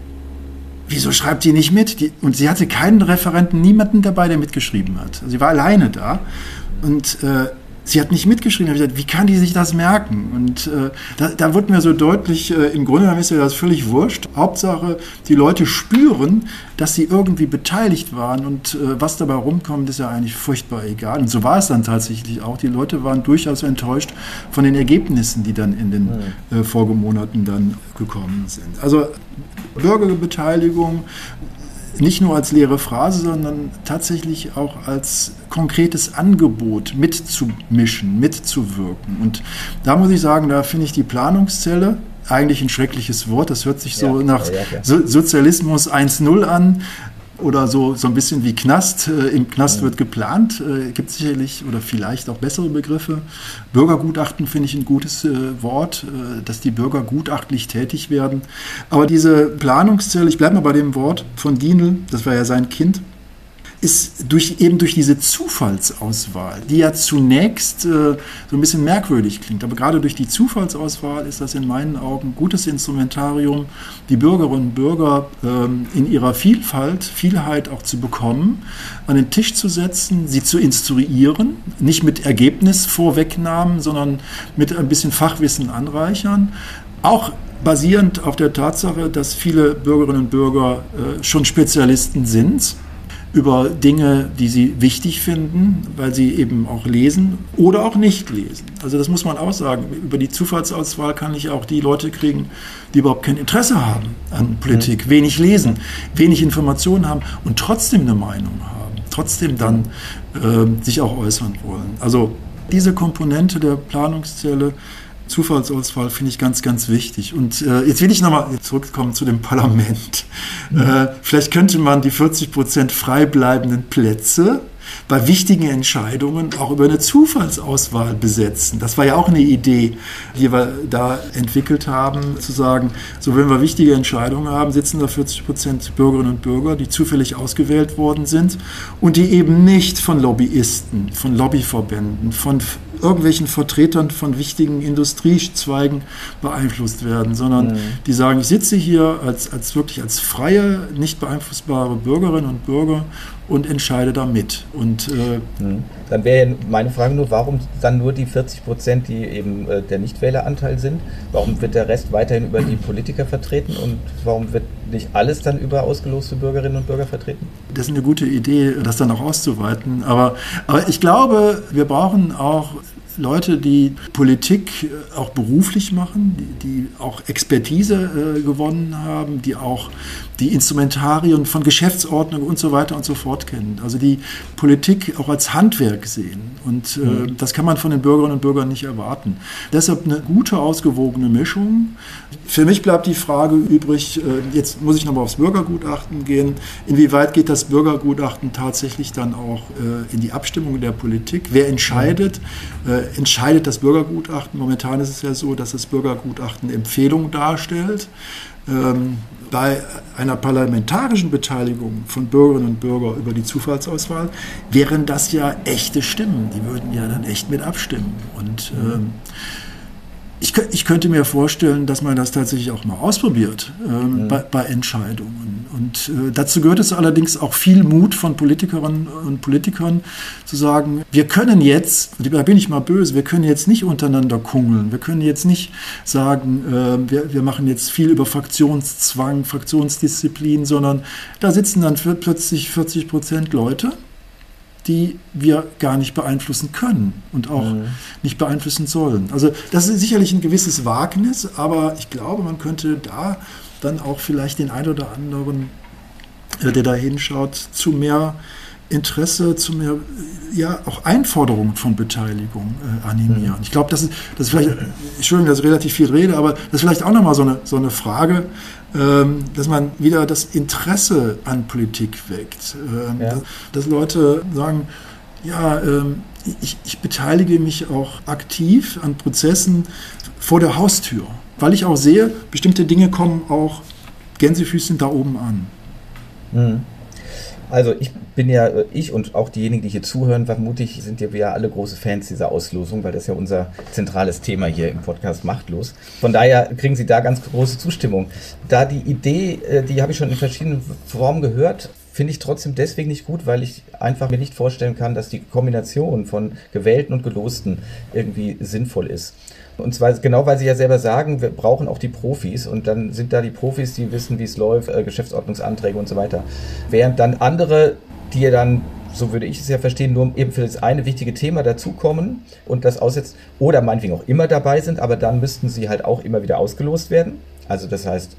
wieso schreibt die nicht mit? Und sie hatte keinen Referenten, niemanden dabei, der mitgeschrieben hat. Also sie war alleine da und sie hat nicht mitgeschrieben. Ich habe gesagt, wie kann die sich das merken? Und da wurde mir so deutlich, im Grunde genommen ist ja das völlig wurscht. Hauptsache, die Leute spüren, dass sie irgendwie beteiligt waren, und was dabei rumkommt, ist ja eigentlich furchtbar egal. Und so war es dann tatsächlich auch. Die Leute waren durchaus enttäuscht von den Ergebnissen, die dann in den Folgemonaten dann gekommen sind. Also Bürgerbeteiligung nicht nur als leere Phrase, sondern tatsächlich auch als konkretes Angebot mitzumischen, mitzuwirken. Und da muss ich sagen, da finde ich die Planungszelle eigentlich ein schreckliches Wort. Das hört sich so nach Sozialismus 1.0 an. Oder so ein bisschen wie Knast. Im Knast wird geplant. Gibt sicherlich oder vielleicht auch bessere Begriffe. Bürgergutachten finde ich ein gutes Wort, dass die Bürger gutachtlich tätig werden. Aber diese Planungszelle, ich bleibe mal bei dem Wort von Dienel, das war ja sein Kind, ist durch diese Zufallsauswahl, die ja zunächst so ein bisschen merkwürdig klingt, aber gerade durch die Zufallsauswahl ist das in meinen Augen ein gutes Instrumentarium, die Bürgerinnen und Bürger in ihrer Vielheit auch zu bekommen, an den Tisch zu setzen, sie zu instruieren, nicht mit Ergebnisvorwegnahmen, sondern mit ein bisschen Fachwissen anreichern, auch basierend auf der Tatsache, dass viele Bürgerinnen und Bürger schon Spezialisten sind über Dinge, die sie wichtig finden, weil sie eben auch lesen oder auch nicht lesen. Also das muss man auch sagen. Über die Zufallsauswahl kann ich auch die Leute kriegen, die überhaupt kein Interesse haben an Politik, wenig lesen, wenig Informationen haben und trotzdem eine Meinung haben, trotzdem dann sich auch äußern wollen. Also diese Komponente der Planungszelle, Zufallsauswahl, finde ich ganz, ganz wichtig. Und jetzt will ich nochmal zurückkommen zu dem Parlament. Vielleicht könnte man die 40% frei bleibenden Plätze bei wichtigen Entscheidungen auch über eine Zufallsauswahl besetzen. Das war ja auch eine Idee, die wir da entwickelt haben, zu sagen, so wenn wir wichtige Entscheidungen haben, sitzen da 40% Bürgerinnen und Bürger, die zufällig ausgewählt worden sind und die eben nicht von Lobbyisten, von Lobbyverbänden, von irgendwelchen Vertretern von wichtigen Industriezweigen beeinflusst werden, sondern die sagen, ich sitze hier wirklich als freie, nicht beeinflussbare Bürgerinnen und Bürger und entscheide da mit. Und, dann wäre meine Frage nur, warum dann nur die 40%, die eben der Nichtwähleranteil sind? Warum wird der Rest weiterhin über die Politiker vertreten und warum wird nicht alles dann über ausgeloste Bürgerinnen und Bürger vertreten? Das ist eine gute Idee, das dann auch auszuweiten. Aber ich glaube, wir brauchen auch Leute, die Politik auch beruflich machen, die auch Expertise gewonnen haben, die auch die Instrumentarien von Geschäftsordnung und so weiter und so fort kennen. Also die Politik auch als Handwerk sehen. Und das kann man von den Bürgerinnen und Bürgern nicht erwarten. Deshalb eine gute, ausgewogene Mischung. Für mich bleibt die Frage übrig, jetzt muss ich nochmal aufs Bürgergutachten gehen, inwieweit geht das Bürgergutachten tatsächlich dann auch in die Abstimmung der Politik? Wer entscheidet? Entscheidet das Bürgergutachten? Momentan ist es ja so, dass das Bürgergutachten Empfehlungen darstellt. Bei einer parlamentarischen Beteiligung von Bürgerinnen und Bürgern über die Zufallsauswahl wären das ja echte Stimmen. Die würden ja dann echt mit abstimmen. Und ich könnte mir vorstellen, dass man das tatsächlich auch mal ausprobiert bei Entscheidungen. Und dazu gehört es allerdings auch viel Mut von Politikerinnen und Politikern zu sagen, wir können jetzt, da bin ich mal böse, wir können jetzt nicht untereinander kungeln. Wir können jetzt nicht sagen, wir machen jetzt viel über Fraktionszwang, Fraktionsdisziplin, sondern da sitzen dann plötzlich 40% Leute, die wir gar nicht beeinflussen können und auch nicht beeinflussen sollen. Also das ist sicherlich ein gewisses Wagnis, aber ich glaube, man könnte da dann auch vielleicht den einen oder anderen, der da hinschaut, zu mehr Interesse, zu mehr auch Einforderungen von Beteiligung animieren. Ich glaube, das ist vielleicht, Entschuldigung, dass ich relativ viel rede, aber das ist vielleicht auch nochmal so eine Frage, dass man wieder das Interesse an Politik weckt. Dass Leute sagen, ich beteilige mich auch aktiv an Prozessen vor der Haustür, weil ich auch sehe, bestimmte Dinge kommen auch Gänsefüßchen da oben an. Also ich und auch diejenigen, die hier zuhören, vermutlich sind wir ja alle große Fans dieser Auslosung, weil das ja unser zentrales Thema hier im Podcast Machtlos. Von daher kriegen Sie da ganz große Zustimmung. Da die Idee, die habe ich schon in verschiedenen Formen gehört, finde ich trotzdem deswegen nicht gut, weil ich einfach mir nicht vorstellen kann, dass die Kombination von Gewählten und Gelosten irgendwie sinnvoll ist. Und zwar genau, weil Sie ja selber sagen, wir brauchen auch die Profis und dann sind da die Profis, die wissen, wie es läuft, Geschäftsordnungsanträge und so weiter. Während dann andere, die ja dann, so würde ich es ja verstehen, nur eben für das eine wichtige Thema dazukommen und das aussetzen oder meinetwegen auch immer dabei sind, aber dann müssten sie halt auch immer wieder ausgelost werden. Also das heißt,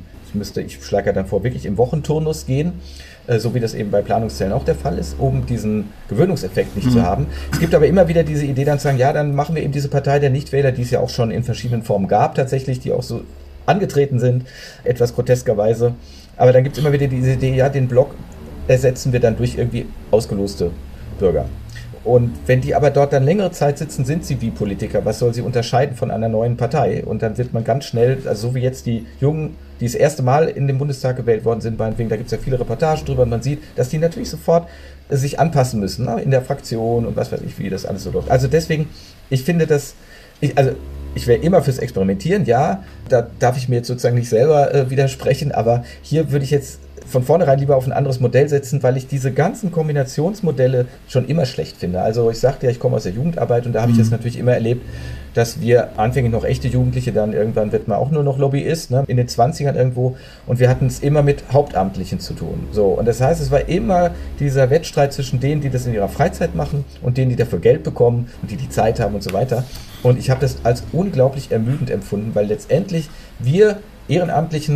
ich schlage ja dann vor, wirklich im Wochenturnus gehen, so wie das eben bei Planungszellen auch der Fall ist, um diesen Gewöhnungseffekt nicht zu haben. Es gibt aber immer wieder diese Idee dann zu sagen, ja, dann machen wir eben diese Partei der Nichtwähler, die es ja auch schon in verschiedenen Formen gab tatsächlich, die auch so angetreten sind, etwas groteskerweise. Aber dann gibt es immer wieder diese Idee, ja, den Block ersetzen wir dann durch irgendwie ausgeloste Bürger. Und wenn die aber dort dann längere Zeit sitzen, sind sie wie Politiker. Was soll sie unterscheiden von einer neuen Partei? Und dann wird man ganz schnell, also so wie jetzt die Jungen, die das erste Mal in den Bundestag gewählt worden sind, meinetwegen, da gibt es ja viele Reportagen drüber und man sieht, dass die natürlich sofort sich anpassen müssen, ne? In der Fraktion und was weiß ich, wie das alles so läuft. Also deswegen, ich finde das, ich wäre immer fürs Experimentieren, ja, da darf ich mir jetzt sozusagen nicht selber widersprechen, aber hier würde ich jetzt von vornherein lieber auf ein anderes Modell setzen, weil ich diese ganzen Kombinationsmodelle schon immer schlecht finde. Also ich sagte ja, ich komme aus der Jugendarbeit und da habe ich jetzt natürlich immer erlebt, dass wir anfänglich noch echte Jugendliche, dann irgendwann wird man auch nur noch Lobbyist, ne, in den 20ern irgendwo, und wir hatten es immer mit Hauptamtlichen zu tun. So, und das heißt, es war immer dieser Wettstreit zwischen denen, die das in ihrer Freizeit machen und denen, die dafür Geld bekommen und die Zeit haben und so weiter. Und ich habe das als unglaublich ermüdend empfunden, weil letztendlich wir Ehrenamtlichen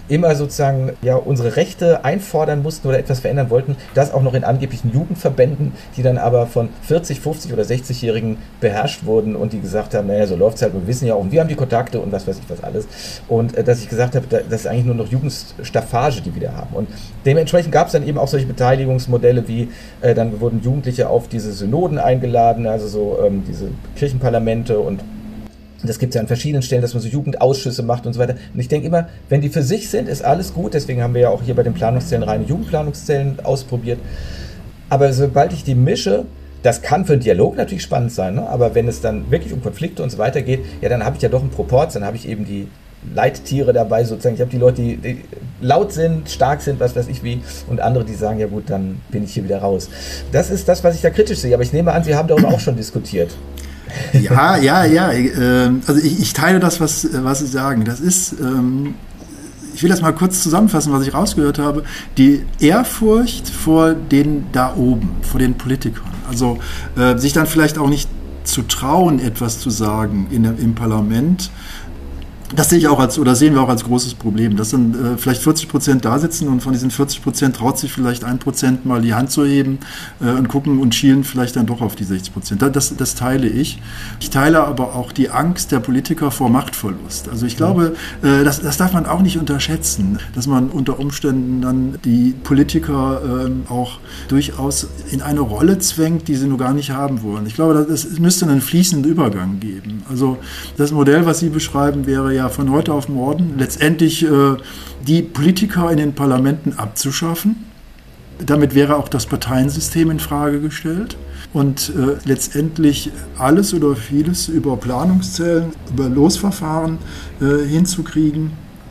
immer sozusagen unsere Rechte einfordern mussten oder etwas verändern wollten, das auch noch in angeblichen Jugendverbänden, die dann aber von 40, 50 oder 60-Jährigen beherrscht wurden und die gesagt haben, naja, so läuft es halt, wir wissen ja auch, und wir haben die Kontakte und was weiß ich was alles. Und dass ich gesagt habe, das ist eigentlich nur noch Jugendstaffage, die wir da haben. Und dementsprechend gab es dann eben auch solche Beteiligungsmodelle wie, dann wurden Jugendliche auf diese Synoden eingeladen, also so diese Kirchenparlamente, und das gibt es ja an verschiedenen Stellen, dass man so Jugendausschüsse macht und so weiter. Und ich denke immer, wenn die für sich sind, ist alles gut. Deswegen haben wir ja auch hier bei den Planungszellen reine Jugendplanungszellen ausprobiert. Aber sobald ich die mische, das kann für einen Dialog natürlich spannend sein, ne? Aber wenn es dann wirklich um Konflikte und so weiter geht, ja, dann habe ich ja doch einen Proporz, dann habe ich eben die Leittiere dabei sozusagen. Ich habe die Leute, die laut sind, stark sind, was weiß ich wie, und andere, die sagen, ja gut, dann bin ich hier wieder raus. Das ist das, was ich da kritisch sehe. Aber ich nehme an, Sie haben darüber auch schon diskutiert. Ja. Also ich teile das, was Sie sagen. Das ist, ich will das mal kurz zusammenfassen, was ich rausgehört habe. Die Ehrfurcht vor den da oben, vor den Politikern. Also sich dann vielleicht auch nicht zu trauen, etwas zu sagen im Parlament. Das sehe ich auch sehen wir auch als großes Problem, dass dann vielleicht 40% da sitzen und von diesen 40% traut sich vielleicht 1% mal die Hand zu heben und gucken und schielen vielleicht dann doch auf die 60%. Das teile ich. Ich teile aber auch die Angst der Politiker vor Machtverlust. Also ich glaube, das darf man auch nicht unterschätzen, dass man unter Umständen dann die Politiker auch durchaus in eine Rolle zwängt, die sie nur gar nicht haben wollen. Ich glaube, es müsste einen fließenden Übergang geben. Also das Modell, was Sie beschreiben, wäre ja von heute auf morgen letztendlich die Politiker in den Parlamenten abzuschaffen. Damit wäre auch das Parteiensystem in Frage gestellt und letztendlich alles oder vieles über Planungszellen, über Losverfahren hinzukriegen.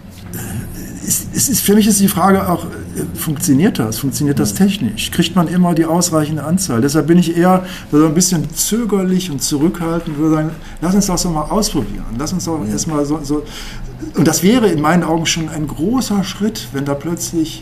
Für mich ist die Frage auch, funktioniert das? Funktioniert das technisch? Kriegt man immer die ausreichende Anzahl? Deshalb bin ich eher so ein bisschen zögerlich und zurückhaltend und würde sagen, lass uns das doch mal ausprobieren. Lass uns doch erstmal so. Und das wäre in meinen Augen schon ein großer Schritt, wenn da plötzlich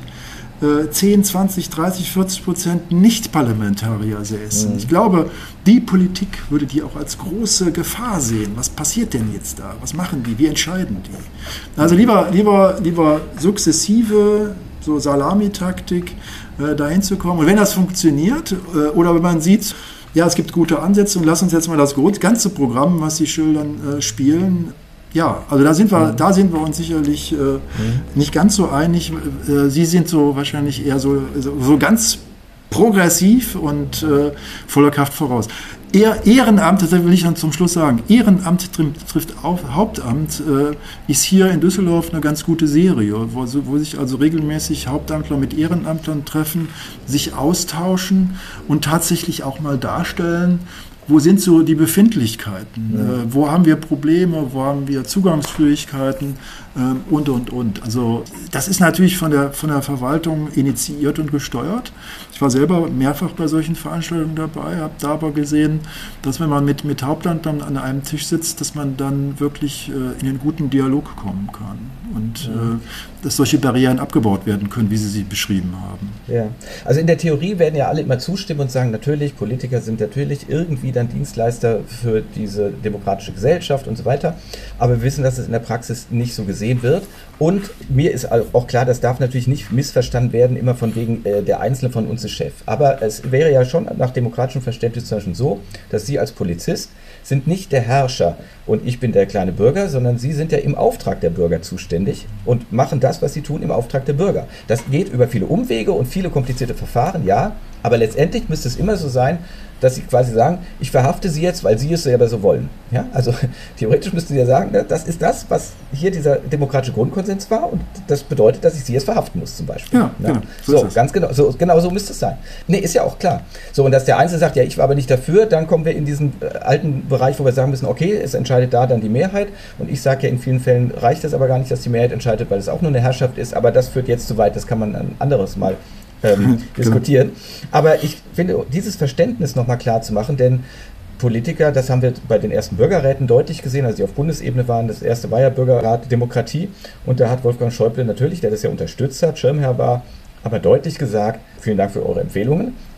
10, 20, 30, 40% Nicht-Parlamentarier säßen. Ich glaube, die Politik würde die auch als große Gefahr sehen. Was passiert denn jetzt da? Was machen die? Wie entscheiden die? Also lieber sukzessive, so Salamitaktik, dahin zu kommen. Und wenn das funktioniert, oder wenn man sieht, ja, es gibt gute Ansätze und lass uns jetzt mal das ganze Programm, was Sie schildern, spielen. Ja, also da sind wir uns sicherlich nicht ganz so einig. Sie sind so wahrscheinlich eher so ganz progressiv und voller Kraft voraus. Ehrenamt, das will ich dann zum Schluss sagen, Ehrenamt trifft auf Hauptamt, ist hier in Düsseldorf eine ganz gute Serie, wo sich also regelmäßig Hauptamtler mit Ehrenamtlern treffen, sich austauschen und tatsächlich auch mal darstellen, wo sind so die Befindlichkeiten? Wo haben wir Probleme? Wo haben wir Zugangsschwierigkeiten? Und. Also das ist natürlich von der Verwaltung initiiert und gesteuert. Ich war selber mehrfach bei solchen Veranstaltungen dabei, habe da aber gesehen, dass wenn man mit Hauptamtlern an einem Tisch sitzt, dass man dann wirklich in den guten Dialog kommen kann und dass solche Barrieren abgebaut werden können, wie Sie sie beschrieben haben. Ja, also in der Theorie werden ja alle immer zustimmen und sagen, natürlich, Politiker sind natürlich irgendwie dann Dienstleister für diese demokratische Gesellschaft und so weiter, aber wir wissen, dass es in der Praxis nicht so gesehen wird. Und mir ist auch klar, das darf natürlich nicht missverstanden werden, immer von wegen der Einzelne von uns ist Chef. Aber es wäre ja schon nach demokratischem Verständnis zum Beispiel so, dass Sie als Polizist sind nicht der Herrscher und ich bin der kleine Bürger, sondern Sie sind ja im Auftrag der Bürger zuständig und machen das, was Sie tun, im Auftrag der Bürger. Das geht über viele Umwege und viele komplizierte Verfahren, ja, aber letztendlich müsste es immer so sein, dass Sie quasi sagen, ich verhafte Sie jetzt, weil Sie es selber so wollen. Ja? Also theoretisch müssten Sie ja sagen, das ist das, was hier dieser demokratische Grundkonsens war und das bedeutet, dass ich Sie jetzt verhaften muss zum Beispiel. Ja, ja? Genau. So, ganz genau, genau so müsste es sein. Nee, ist ja auch klar. So, und dass der Einzelne sagt, ja, ich war aber nicht dafür, dann kommen wir in diesen alten Bereich, wo wir sagen müssen, okay, es entscheidet da dann die Mehrheit und ich sage ja, in vielen Fällen reicht es aber gar nicht, dass die Mehrheit entscheidet, weil es auch nur eine Herrschaft ist, aber das führt jetzt zu weit, das kann man ein anderes Mal diskutieren. Aber ich finde, dieses Verständnis nochmal klar zu machen, denn Politiker, das haben wir bei den ersten Bürgerräten deutlich gesehen, als sie auf Bundesebene waren, das erste war ja Bürgerrat Demokratie und da hat Wolfgang Schäuble natürlich, der das ja unterstützt hat, Schirmherr war, aber deutlich gesagt, vielen Dank für eure Empfehlungen,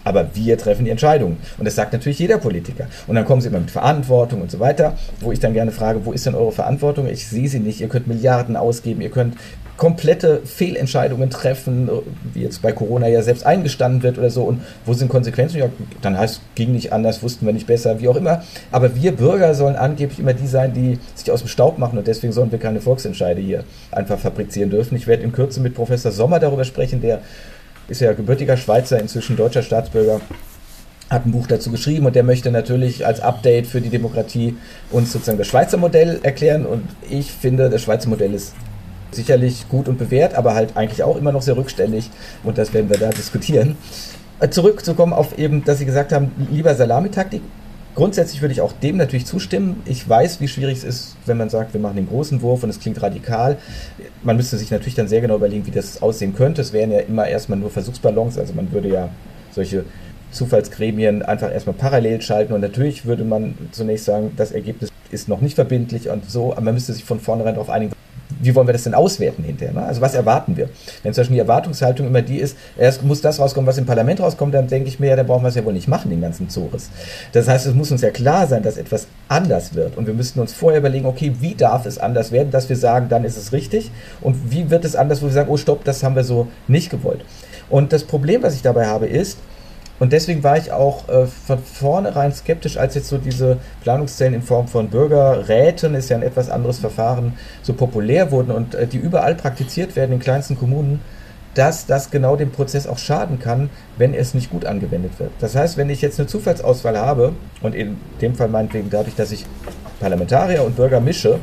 Aber wir treffen die Entscheidungen. Und das sagt natürlich jeder Politiker. Und dann kommen sie immer mit Verantwortung und so weiter, wo ich dann gerne frage, wo ist denn eure Verantwortung? Ich sehe sie nicht. Ihr könnt Milliarden ausgeben, ihr könnt komplette Fehlentscheidungen treffen, wie jetzt bei Corona ja selbst eingestanden wird oder so. Und wo sind Konsequenzen? Ja, dann heißt es, ging nicht anders, wussten wir nicht besser, wie auch immer. Aber wir Bürger sollen angeblich immer die sein, die sich aus dem Staub machen. Und deswegen sollen wir keine Volksentscheide hier einfach fabrizieren dürfen. Ich werde in Kürze mit Professor Sommer darüber sprechen, der ist ja gebürtiger Schweizer, inzwischen deutscher Staatsbürger, hat ein Buch dazu geschrieben und der möchte natürlich als Update für die Demokratie uns sozusagen das Schweizer Modell erklären. Und ich finde, das Schweizer Modell ist sicherlich gut und bewährt, aber halt eigentlich auch immer noch sehr rückständig und das werden wir da diskutieren. Zurückzukommen auf eben, dass Sie gesagt haben, lieber Salamitaktik. Grundsätzlich würde ich auch dem natürlich zustimmen. Ich weiß, wie schwierig es ist, wenn man sagt, wir machen den großen Wurf und es klingt radikal. Man müsste sich natürlich dann sehr genau überlegen, wie das aussehen könnte. Es wären ja immer erstmal nur Versuchsballons, also man würde ja solche Zufallsgremien einfach erstmal parallel schalten und natürlich würde man zunächst sagen, das Ergebnis ist noch nicht verbindlich und so, aber man müsste sich von vornherein darauf einigen, wie wollen wir das denn auswerten hinterher? Ne? Also was erwarten wir? Wenn zum Beispiel die Erwartungshaltung immer die ist, erst muss das rauskommen, was im Parlament rauskommt, dann denke ich mir, ja, dann brauchen wir es ja wohl nicht machen, den ganzen Zores. Das heißt, es muss uns ja klar sein, dass etwas anders wird und wir müssten uns vorher überlegen, okay, wie darf es anders werden, dass wir sagen, dann ist es richtig und wie wird es anders, wo wir sagen, oh stopp, das haben wir so nicht gewollt. Und das Problem, was ich dabei habe, ist, und deswegen war ich auch von vornherein skeptisch, als jetzt so diese Planungszellen in Form von Bürgerräten, ist ja ein etwas anderes Verfahren, so populär wurden und die überall praktiziert werden in kleinsten Kommunen, dass das genau dem Prozess auch schaden kann, wenn es nicht gut angewendet wird. Das heißt, wenn ich jetzt eine Zufallsauswahl habe, und in dem Fall meinetwegen dadurch, dass ich Parlamentarier und Bürger mische,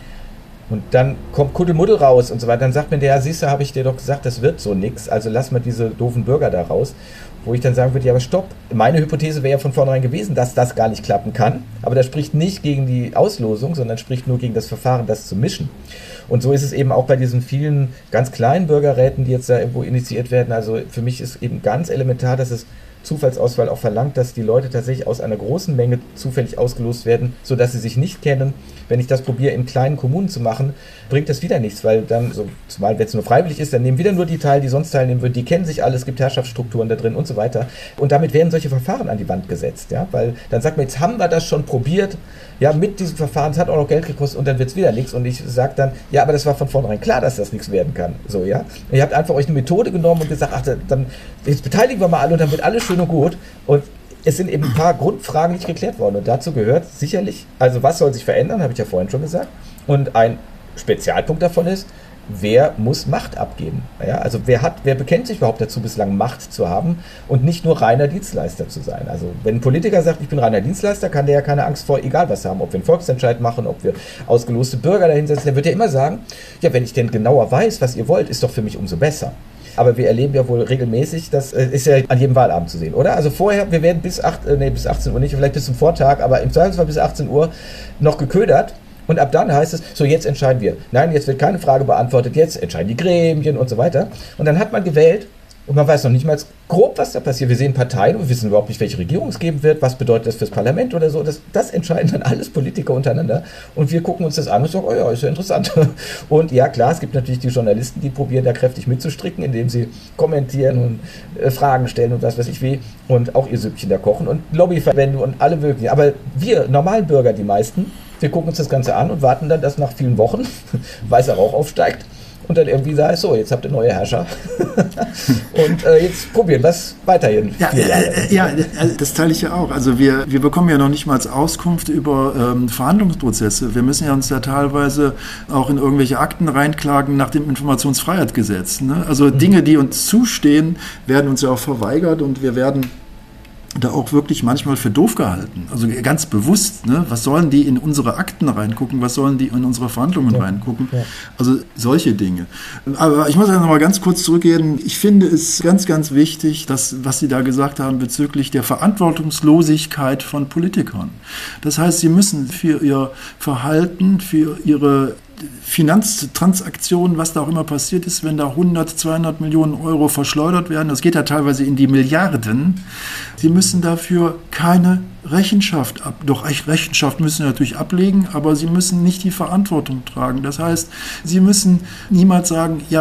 und dann kommt Kuddelmuddel raus und so weiter, dann sagt mir der, ja, siehst du, habe ich dir doch gesagt, das wird so nix, also lass mal diese doofen Bürger da raus. Wo ich dann sagen würde, ja, aber stopp, meine Hypothese wäre ja von vornherein gewesen, dass das gar nicht klappen kann, aber das spricht nicht gegen die Auslosung, sondern spricht nur gegen das Verfahren, das zu mischen. Und so ist es eben auch bei diesen vielen ganz kleinen Bürgerräten, die jetzt da irgendwo initiiert werden. Also für mich ist eben ganz elementar, dass es Zufallsauswahl auch verlangt, dass die Leute tatsächlich aus einer großen Menge zufällig ausgelost werden, sodass sie sich nicht kennen. Wenn ich das probiere, in kleinen Kommunen zu machen, bringt das wieder nichts, weil dann, so, zumal wenn es nur freiwillig ist, dann nehmen wieder nur die teil, die sonst teilnehmen würden, die kennen sich alle, es gibt Herrschaftsstrukturen da drin und so weiter. Und damit werden solche Verfahren an die Wand gesetzt, ja, weil dann sagt man, jetzt haben wir das schon probiert, ja, mit diesem Verfahren, es hat auch noch Geld gekostet und dann wird es wieder nichts. Und ich sage dann, ja, aber das war von vornherein klar, dass das nichts werden kann. So, ja. Und ihr habt einfach euch eine Methode genommen und gesagt, ach, dann jetzt beteiligen wir mal alle und dann wird alles schön und gut. Und es sind eben ein paar Grundfragen nicht geklärt worden. Und dazu gehört sicherlich, also was soll sich verändern, habe ich ja vorhin schon gesagt. Und ein Spezialpunkt davon ist, wer muss Macht abgeben? Ja, also wer bekennt sich überhaupt dazu, bislang Macht zu haben und nicht nur reiner Dienstleister zu sein? Also wenn ein Politiker sagt, ich bin reiner Dienstleister, kann der ja keine Angst vor egal was haben. Ob wir einen Volksentscheid machen, ob wir ausgeloste Bürger dahinsetzen, der wird ja immer sagen, ja, wenn ich denn genauer weiß, was ihr wollt, ist doch für mich umso besser. Aber wir erleben ja wohl regelmäßig, das ist ja an jedem Wahlabend zu sehen, oder? Also vorher, wir werden bis 18 Uhr nicht, vielleicht bis zum Vortag, aber im Zweifelsfall bis 18 Uhr noch geködert. Und ab dann heißt es, so jetzt entscheiden wir. Nein, jetzt wird keine Frage beantwortet, jetzt entscheiden die Gremien und so weiter. Und dann hat man gewählt und man weiß noch nicht mal grob, was da passiert. Wir sehen Parteien und wir wissen überhaupt nicht, welche Regierung es geben wird, was bedeutet das fürs Parlament oder so. Das entscheiden dann alles Politiker untereinander. Und wir gucken uns das an und sagen, oh ja, ist ja interessant. Und ja, klar, es gibt natürlich die Journalisten, die probieren da kräftig mitzustricken, indem sie kommentieren und Fragen stellen und was weiß ich wie. Und auch ihr Süppchen da kochen und Lobbyverbände und alle möglichen. Aber wir, normalen Bürger, die meisten, wir gucken uns das Ganze an und warten dann, dass nach vielen Wochen weißer Rauch aufsteigt und dann irgendwie sagt, so, jetzt habt ihr neue Herrscher und jetzt probieren wir es weiterhin. Ja, das teile ich ja auch. Also wir bekommen ja noch nicht mal Auskunft über Verhandlungsprozesse. Wir müssen ja uns ja teilweise auch in irgendwelche Akten reinklagen nach dem Informationsfreiheitsgesetz. Ne? Also Dinge, die uns zustehen, werden uns ja auch verweigert und wir werden da auch wirklich manchmal für doof gehalten. Also ganz bewusst, ne? Was sollen die in unsere Akten reingucken, was sollen die in unsere Verhandlungen reingucken? Ja. Also solche Dinge. Aber ich muss ja noch mal ganz kurz zurückgehen. Ich finde es ganz, ganz wichtig, dass, was Sie da gesagt haben bezüglich der Verantwortungslosigkeit von Politikern. Das heißt, sie müssen für ihr Verhalten, für ihre Finanztransaktionen, was da auch immer passiert ist, wenn da 100, 200 Millionen Euro verschleudert werden, das geht ja teilweise in die Milliarden, sie müssen dafür keine Rechenschaft doch Rechenschaft müssen sie natürlich ablegen, aber sie müssen nicht die Verantwortung tragen. Das heißt, sie müssen niemals sagen, ja,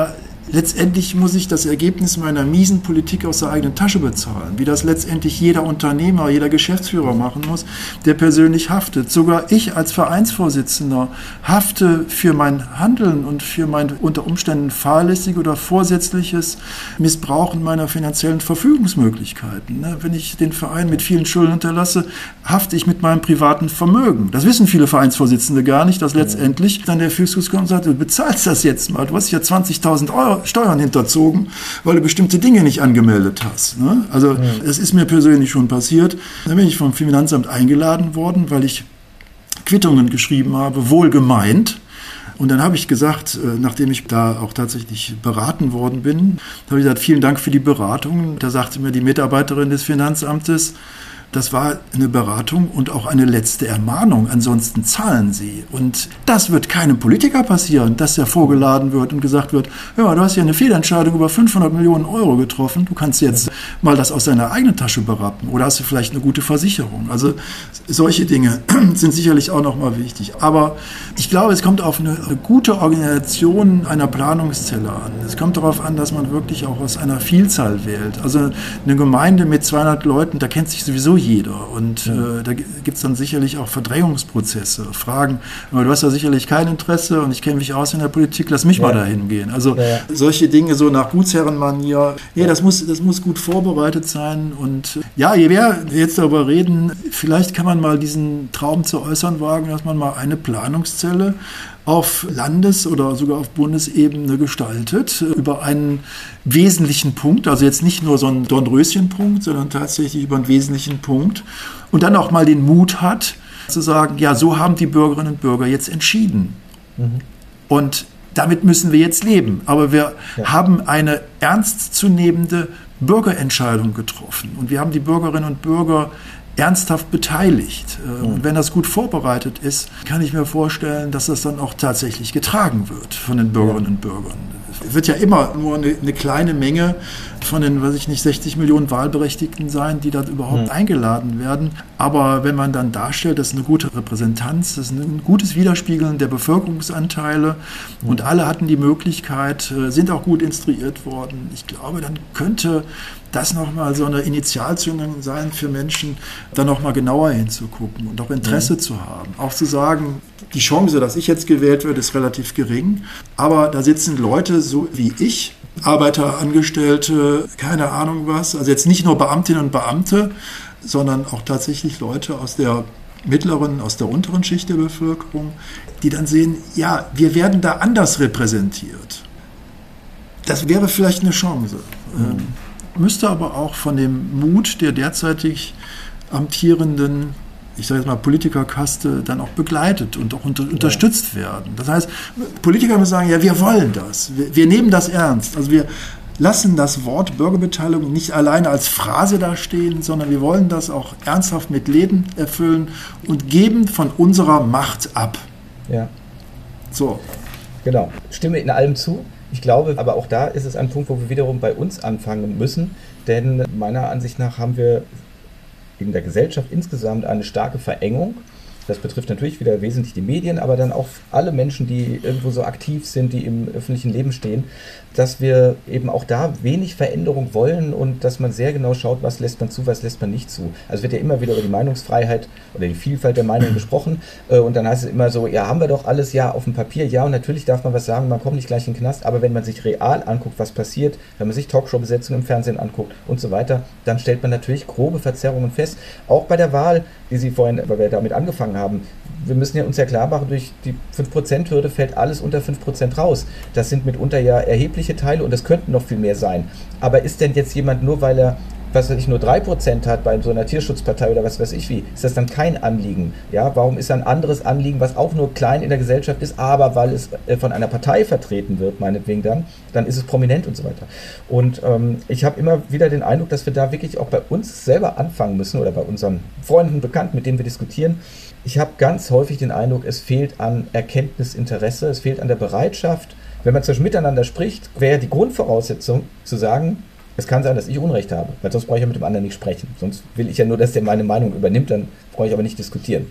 letztendlich muss ich das Ergebnis meiner miesen Politik aus der eigenen Tasche bezahlen, wie das letztendlich jeder Unternehmer, jeder Geschäftsführer machen muss, der persönlich haftet. Sogar ich als Vereinsvorsitzender hafte für mein Handeln und für mein unter Umständen fahrlässig oder vorsätzliches Missbrauchen meiner finanziellen Verfügungsmöglichkeiten. Wenn ich den Verein mit vielen Schulden hinterlasse, hafte ich mit meinem privaten Vermögen. Das wissen viele Vereinsvorsitzende gar nicht, dass letztendlich dann der Fiskus kommt und sagt, du bezahlst das jetzt mal, du hast ja 20.000 Euro Steuern hinterzogen, weil du bestimmte Dinge nicht angemeldet hast. Also es ist mir persönlich schon passiert. Da bin ich vom Finanzamt eingeladen worden, weil ich Quittungen geschrieben habe, wohlgemeint. Und dann habe ich gesagt, nachdem ich da auch tatsächlich beraten worden bin, habe ich gesagt, vielen Dank für die Beratung. Da sagte mir die Mitarbeiterin des Finanzamtes, das war eine Beratung und auch eine letzte Ermahnung. Ansonsten zahlen Sie. Und das wird keinem Politiker passieren, dass er vorgeladen wird und gesagt wird, hör mal, du hast ja eine Fehlentscheidung über 500 Millionen Euro getroffen. Du kannst jetzt mal das aus deiner eigenen Tasche berappen. Oder hast du vielleicht eine gute Versicherung? Also solche Dinge sind sicherlich auch nochmal wichtig. Aber ich glaube, es kommt auf eine gute Organisation einer Planungszelle an. Es kommt darauf an, dass man wirklich auch aus einer Vielzahl wählt. Also eine Gemeinde mit 200 Leuten, da kennt sich sowieso jeder. Und da gibt es dann sicherlich auch Verdrängungsprozesse, Fragen, du hast ja sicherlich kein Interesse und ich kenne mich aus in der Politik, lass mich mal dahin gehen. Also solche Dinge so nach Gutsherrenmanier, das muss gut vorbereitet sein. Und je mehr wir jetzt darüber reden, vielleicht kann man mal diesen Traum zu äußern wagen, dass man mal eine Planungszelle auf Landes- oder sogar auf Bundesebene gestaltet, über einen wesentlichen Punkt, also jetzt nicht nur so einen Dornröschenpunkt, sondern tatsächlich über einen wesentlichen Punkt und dann auch mal den Mut hat, zu sagen, ja, so haben die Bürgerinnen und Bürger jetzt entschieden. Und damit müssen wir jetzt leben. Aber wir haben eine ernstzunehmende Bürgerentscheidung getroffen und wir haben die Bürgerinnen und Bürger ernsthaft beteiligt. Und wenn das gut vorbereitet ist, kann ich mir vorstellen, dass das dann auch tatsächlich getragen wird von den Bürgerinnen und Bürgern. Es wird ja immer nur eine kleine Menge von den, 60 Millionen Wahlberechtigten sein, die da überhaupt eingeladen werden. Aber wenn man dann darstellt, das ist eine gute Repräsentanz, das ist ein gutes Widerspiegeln der Bevölkerungsanteile und alle hatten die Möglichkeit, sind auch gut instruiert worden. Ich glaube, dann könnte das nochmal so eine Initialzündung sein für Menschen, da nochmal genauer hinzugucken und auch Interesse zu haben. Auch zu sagen, die Chance, dass ich jetzt gewählt werde, ist relativ gering, aber da sitzen Leute so wie ich, Arbeiter, Angestellte, keine Ahnung was, also jetzt nicht nur Beamtinnen und Beamte, sondern auch tatsächlich Leute aus der mittleren, aus der unteren Schicht der Bevölkerung, die dann sehen, ja, wir werden da anders repräsentiert. Das wäre vielleicht eine Chance. Müsste aber auch von dem Mut der derzeitig amtierenden, ich sage jetzt mal Politikerkaste, dann auch begleitet und auch unterstützt werden. Das heißt, Politiker müssen sagen, ja, wir wollen das, wir nehmen das ernst. Also wir lassen das Wort Bürgerbeteiligung nicht alleine als Phrase dastehen, sondern wir wollen das auch ernsthaft mit Leben erfüllen und geben von unserer Macht ab. Ja. So. Genau. Stimme in allem zu. Ich glaube, aber auch da ist es ein Punkt, wo wir wiederum bei uns anfangen müssen, denn meiner Ansicht nach haben wir in der Gesellschaft insgesamt eine starke Verengung. Das betrifft natürlich wieder wesentlich die Medien, aber dann auch alle Menschen, die irgendwo so aktiv sind, die im öffentlichen Leben stehen, dass wir eben auch da wenig Veränderung wollen und dass man sehr genau schaut, was lässt man zu, was lässt man nicht zu. Also wird ja immer wieder über die Meinungsfreiheit oder die Vielfalt der Meinungen gesprochen und dann heißt es immer so, ja, haben wir doch alles, ja, auf dem Papier, ja, und natürlich darf man was sagen, man kommt nicht gleich in den Knast, aber wenn man sich real anguckt, was passiert, wenn man sich Talkshow-Besetzungen im Fernsehen anguckt und so weiter, dann stellt man natürlich grobe Verzerrungen fest. Auch bei der Wahl, die Sie vorhin, weil wir damit angefangen haben, wir müssen ja uns ja klar machen, durch die 5%-Hürde fällt alles unter 5% raus. Das sind mitunter ja erhebliche Teile und das könnten noch viel mehr sein. Aber ist denn jetzt jemand, nur weil er, was weiß ich, nur 3% hat bei so einer Tierschutzpartei oder was weiß ich wie, ist das dann kein Anliegen? Ja, warum ist ein anderes Anliegen, was auch nur klein in der Gesellschaft ist, aber weil es von einer Partei vertreten wird, meinetwegen dann ist es prominent und so weiter. Und ich habe immer wieder den Eindruck, dass wir da wirklich auch bei uns selber anfangen müssen oder bei unseren Freunden, Bekannten, mit denen wir diskutieren. Ich habe ganz häufig den Eindruck, es fehlt an Erkenntnisinteresse, es fehlt an der Bereitschaft. Wenn man zwischen miteinander spricht, wäre die Grundvoraussetzung zu sagen, es kann sein, dass ich Unrecht habe, weil sonst brauche ich ja mit dem anderen nicht sprechen. Sonst will ich ja nur, dass der meine Meinung übernimmt, dann brauche ich aber nicht diskutieren.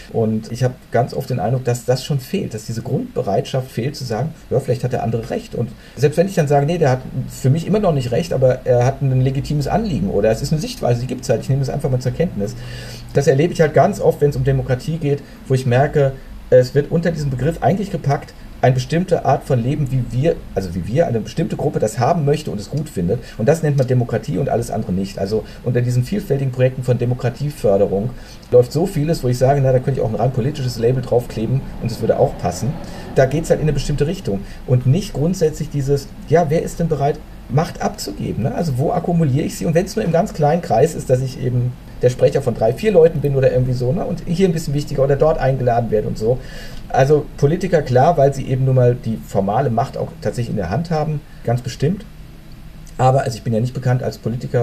Und ich habe ganz oft den Eindruck, dass das schon fehlt, dass diese Grundbereitschaft fehlt, zu sagen, ja, vielleicht hat der andere recht. Und selbst wenn ich dann sage, nee, der hat für mich immer noch nicht recht, aber er hat ein legitimes Anliegen oder es ist eine Sichtweise, die gibt es halt, ich nehme das einfach mal zur Kenntnis. Das erlebe ich halt ganz oft, wenn es um Demokratie geht, wo ich merke, es wird unter diesem Begriff eigentlich gepackt, eine bestimmte Art von Leben, wie wir, eine bestimmte Gruppe das haben möchte und es gut findet. Und das nennt man Demokratie und alles andere nicht. Also unter diesen vielfältigen Projekten von Demokratieförderung läuft so vieles, wo ich sage, na, da könnte ich auch ein rein politisches Label draufkleben und es würde auch passen. Da geht es halt in eine bestimmte Richtung. Und nicht grundsätzlich dieses, ja, wer ist denn bereit, Macht abzugeben? Ne? Also wo akkumuliere ich sie? Und wenn es nur im ganz kleinen Kreis ist, dass ich eben der Sprecher von 3, 4 Leuten bin oder irgendwie so, ne? Und hier ein bisschen wichtiger oder dort eingeladen werde und so. Also Politiker, klar, weil sie eben nun mal die formale Macht auch tatsächlich in der Hand haben, ganz bestimmt. Aber, also ich bin ja nicht bekannt als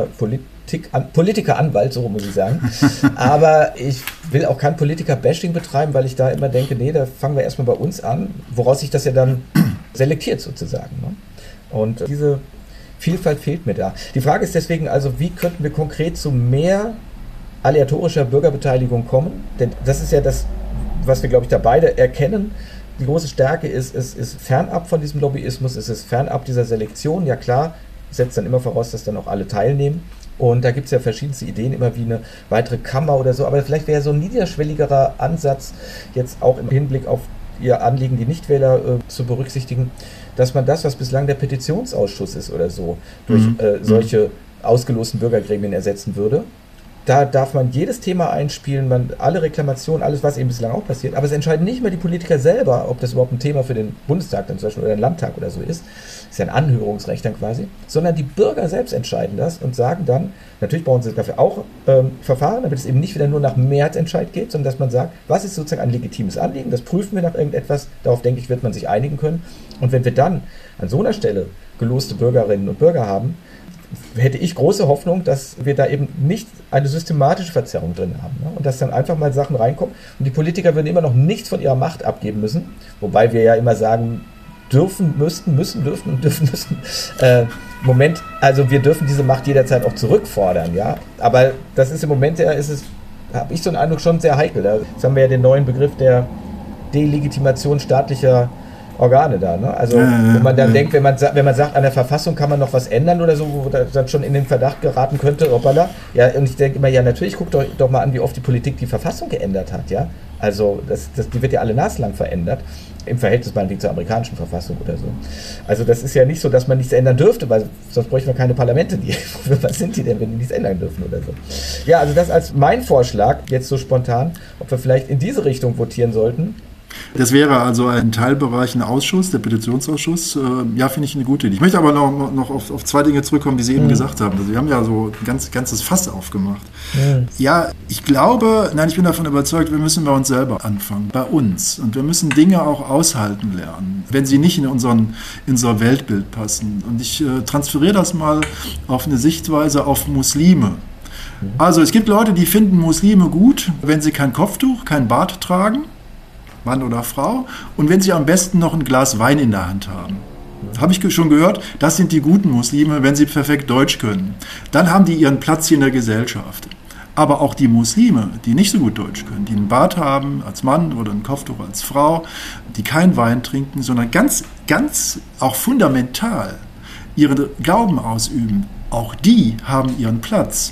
Politikeranwalt, so muss ich sagen. Aber ich will auch kein Politiker-Bashing betreiben, weil ich da immer denke, nee, da fangen wir erstmal bei uns an, woraus sich das ja dann selektiert sozusagen. Ne? Und diese Vielfalt fehlt mir da. Die Frage ist deswegen also, wie könnten wir konkret zu mehr aleatorischer Bürgerbeteiligung kommen? Denn das ist ja das, was wir, glaube ich, da beide erkennen. Die große Stärke ist, es ist fernab von diesem Lobbyismus, es ist fernab dieser Selektion. Ja klar, setzt dann immer voraus, dass dann auch alle teilnehmen. Und da gibt es ja verschiedenste Ideen, immer wie eine weitere Kammer oder so. Aber vielleicht wäre so ein niederschwelligerer Ansatz, jetzt auch im Hinblick auf ihr Anliegen, die Nichtwähler zu berücksichtigen, dass man das, was bislang der Petitionsausschuss ist oder so, durch solche ausgelosten Bürgergremien ersetzen würde. Da darf man jedes Thema einspielen, alle Reklamationen, alles, was eben bislang auch passiert. Aber es entscheiden nicht mehr die Politiker selber, ob das überhaupt ein Thema für den Bundestag dann zum Beispiel oder den Landtag oder so ist. Das ist ja ein Anhörungsrecht dann quasi. Sondern die Bürger selbst entscheiden das und sagen dann, natürlich brauchen sie dafür auch Verfahren, damit es eben nicht wieder nur nach Mehrheitsentscheid geht, sondern dass man sagt, was ist sozusagen ein legitimes Anliegen, das prüfen wir nach irgendetwas, darauf denke ich, wird man sich einigen können. Und wenn wir dann an so einer Stelle geloste Bürgerinnen und Bürger haben, hätte ich große Hoffnung, dass wir da eben nicht eine systematische Verzerrung drin haben. Ne? Und dass dann einfach mal Sachen reinkommen. Und die Politiker würden immer noch nichts von ihrer Macht abgeben müssen. Wobei wir ja immer sagen, dürfen, müssten. Moment, also wir dürfen diese Macht jederzeit auch zurückfordern. Ja? Aber das ist im Moment, habe ich so einen Eindruck, schon sehr heikel. Jetzt haben wir ja den neuen Begriff der Delegitimation staatlicher Organe da, ne? Also wo man dann denkt, wenn man sagt, an der Verfassung kann man noch was ändern oder so, wo dann schon in den Verdacht geraten könnte, hoppala. Ja, und ich denke immer, ja, natürlich, guckt euch doch mal an, wie oft die Politik die Verfassung geändert hat, ja. Also die wird ja alle naslang verändert, im Verhältnis meinetwegen zur amerikanischen Verfassung oder so. Also das ist ja nicht so, dass man nichts ändern dürfte, weil sonst bräuchten wir keine Parlamente, was sind die denn, wenn die nichts ändern dürfen oder so. Ja, also das als mein Vorschlag, jetzt so spontan, ob wir vielleicht in diese Richtung votieren sollten. Das wäre also ein Teilbereich, ein Ausschuss, der Petitionsausschuss. Ja, finde ich eine gute Idee. Ich möchte aber noch auf 2 Dinge zurückkommen, die Sie eben gesagt haben. Also wir haben ja so ein ganzes Fass aufgemacht. Ja, ich bin davon überzeugt, wir müssen bei uns selber anfangen, bei uns. Und wir müssen Dinge auch aushalten lernen, wenn sie nicht in unser Weltbild passen. Und ich transferiere das mal auf eine Sichtweise auf Muslime. Also es gibt Leute, die finden Muslime gut, wenn sie kein Kopftuch, kein Bart tragen, Mann oder Frau, und wenn sie am besten noch ein Glas Wein in der Hand haben. Habe ich schon gehört, das sind die guten Muslime, wenn sie perfekt Deutsch können. Dann haben die ihren Platz hier in der Gesellschaft. Aber auch die Muslime, die nicht so gut Deutsch können, die einen Bart haben als Mann oder ein Kopftuch als Frau, die keinen Wein trinken, sondern ganz, ganz auch fundamental ihren Glauben ausüben, auch die haben ihren Platz.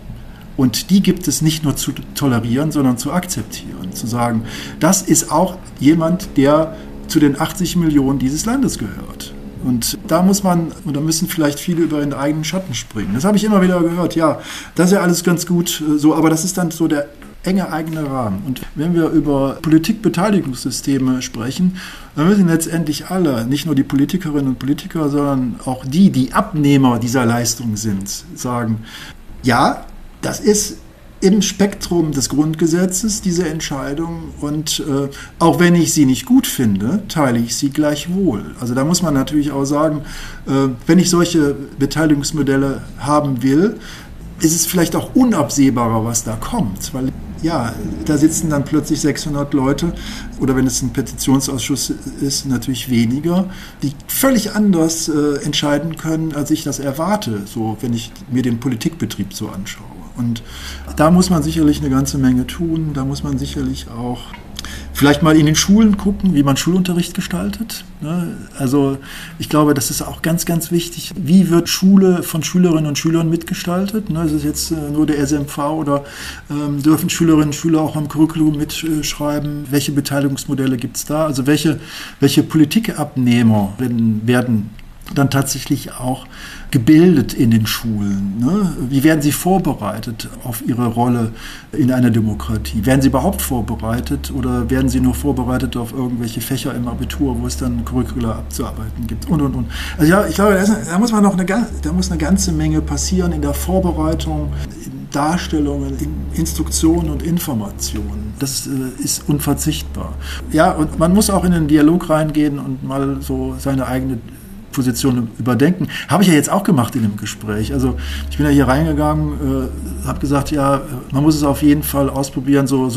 Und die gibt es nicht nur zu tolerieren, sondern zu akzeptieren. Zu sagen, das ist auch jemand, der zu den 80 Millionen dieses Landes gehört. Und da müssen vielleicht viele über ihren eigenen Schatten springen. Das habe ich immer wieder gehört. Ja, das ist ja alles ganz gut so, aber das ist dann so der enge eigene Rahmen. Und wenn wir über Politikbeteiligungssysteme sprechen, dann müssen letztendlich alle, nicht nur die Politikerinnen und Politiker, sondern auch die Abnehmer dieser Leistung sind, sagen, ja, das ist im Spektrum des Grundgesetzes, diese Entscheidung. Und auch wenn ich sie nicht gut finde, teile ich sie gleichwohl. Also da muss man natürlich auch sagen, wenn ich solche Beteiligungsmodelle haben will, ist es vielleicht auch unabsehbarer, was da kommt. Weil ja, da sitzen dann plötzlich 600 Leute oder wenn es ein Petitionsausschuss ist, natürlich weniger, die völlig anders entscheiden können, als ich das erwarte, so wenn ich mir den Politikbetrieb so anschaue. Und da muss man sicherlich eine ganze Menge tun. Da muss man sicherlich auch vielleicht mal in den Schulen gucken, wie man Schulunterricht gestaltet. Also ich glaube, das ist auch ganz, ganz wichtig. Wie wird Schule von Schülerinnen und Schülern mitgestaltet? Ist es jetzt nur der SMV oder dürfen Schülerinnen und Schüler auch am Curriculum mitschreiben? Welche Beteiligungsmodelle gibt es da? Also welche Politikabnehmer werden dann tatsächlich auch gebildet in den Schulen? Wie werden sie vorbereitet auf ihre Rolle in einer Demokratie? Werden sie überhaupt vorbereitet oder werden sie nur vorbereitet auf irgendwelche Fächer im Abitur, wo es dann Curricula abzuarbeiten gibt? Und. Also ja, ich glaube, da muss eine ganze Menge passieren in der Vorbereitung, in Darstellungen, in Instruktionen und Informationen. Das ist unverzichtbar. Ja, und man muss auch in den Dialog reingehen und mal so seine eigene Position überdenken. Habe ich ja jetzt auch gemacht in dem Gespräch. Also ich bin ja hier reingegangen, habe gesagt, ja, man muss es auf jeden Fall ausprobieren, so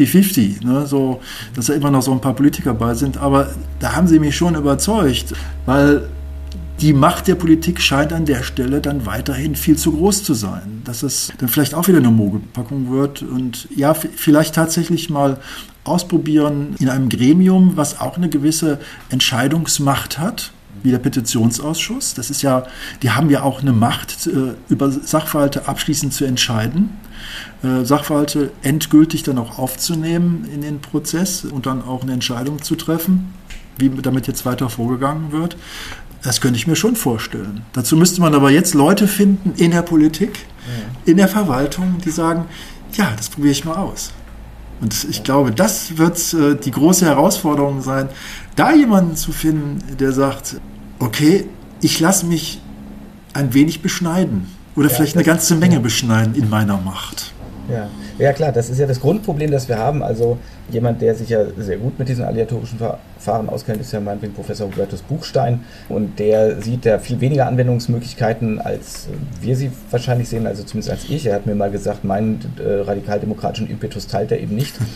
50-50, so, dass da immer noch so ein paar Politiker bei sind. Aber da haben sie mich schon überzeugt, weil die Macht der Politik scheint an der Stelle dann weiterhin viel zu groß zu sein. Dass es dann vielleicht auch wieder eine Mogelpackung wird und ja, vielleicht tatsächlich mal ausprobieren in einem Gremium, was auch eine gewisse Entscheidungsmacht hat, wie der Petitionsausschuss. Das ist ja, die haben ja auch eine Macht, über Sachverhalte abschließend zu entscheiden, Sachverhalte endgültig dann auch aufzunehmen in den Prozess und dann auch eine Entscheidung zu treffen, wie damit jetzt weiter vorgegangen wird. Das könnte ich mir schon vorstellen. Dazu müsste man aber jetzt Leute finden in der Politik, in der Verwaltung, die sagen, ja, das probiere ich mal aus. Und ich glaube, das wird die große Herausforderung sein, da jemanden zu finden, der sagt, okay, ich lasse mich ein wenig beschneiden oder vielleicht eine ganze Menge beschneiden in meiner Macht. Ja, klar, das ist ja das Grundproblem, das wir haben. Also jemand, der sich ja sehr gut mit diesen aleatorischen Verfahren auskennt, ist ja meinetwegen Professor Hubertus Buchstein und der sieht ja viel weniger Anwendungsmöglichkeiten, als wir sie wahrscheinlich sehen, also zumindest als ich. Er hat mir mal gesagt, meinen radikaldemokratischen Impetus teilt er eben nicht.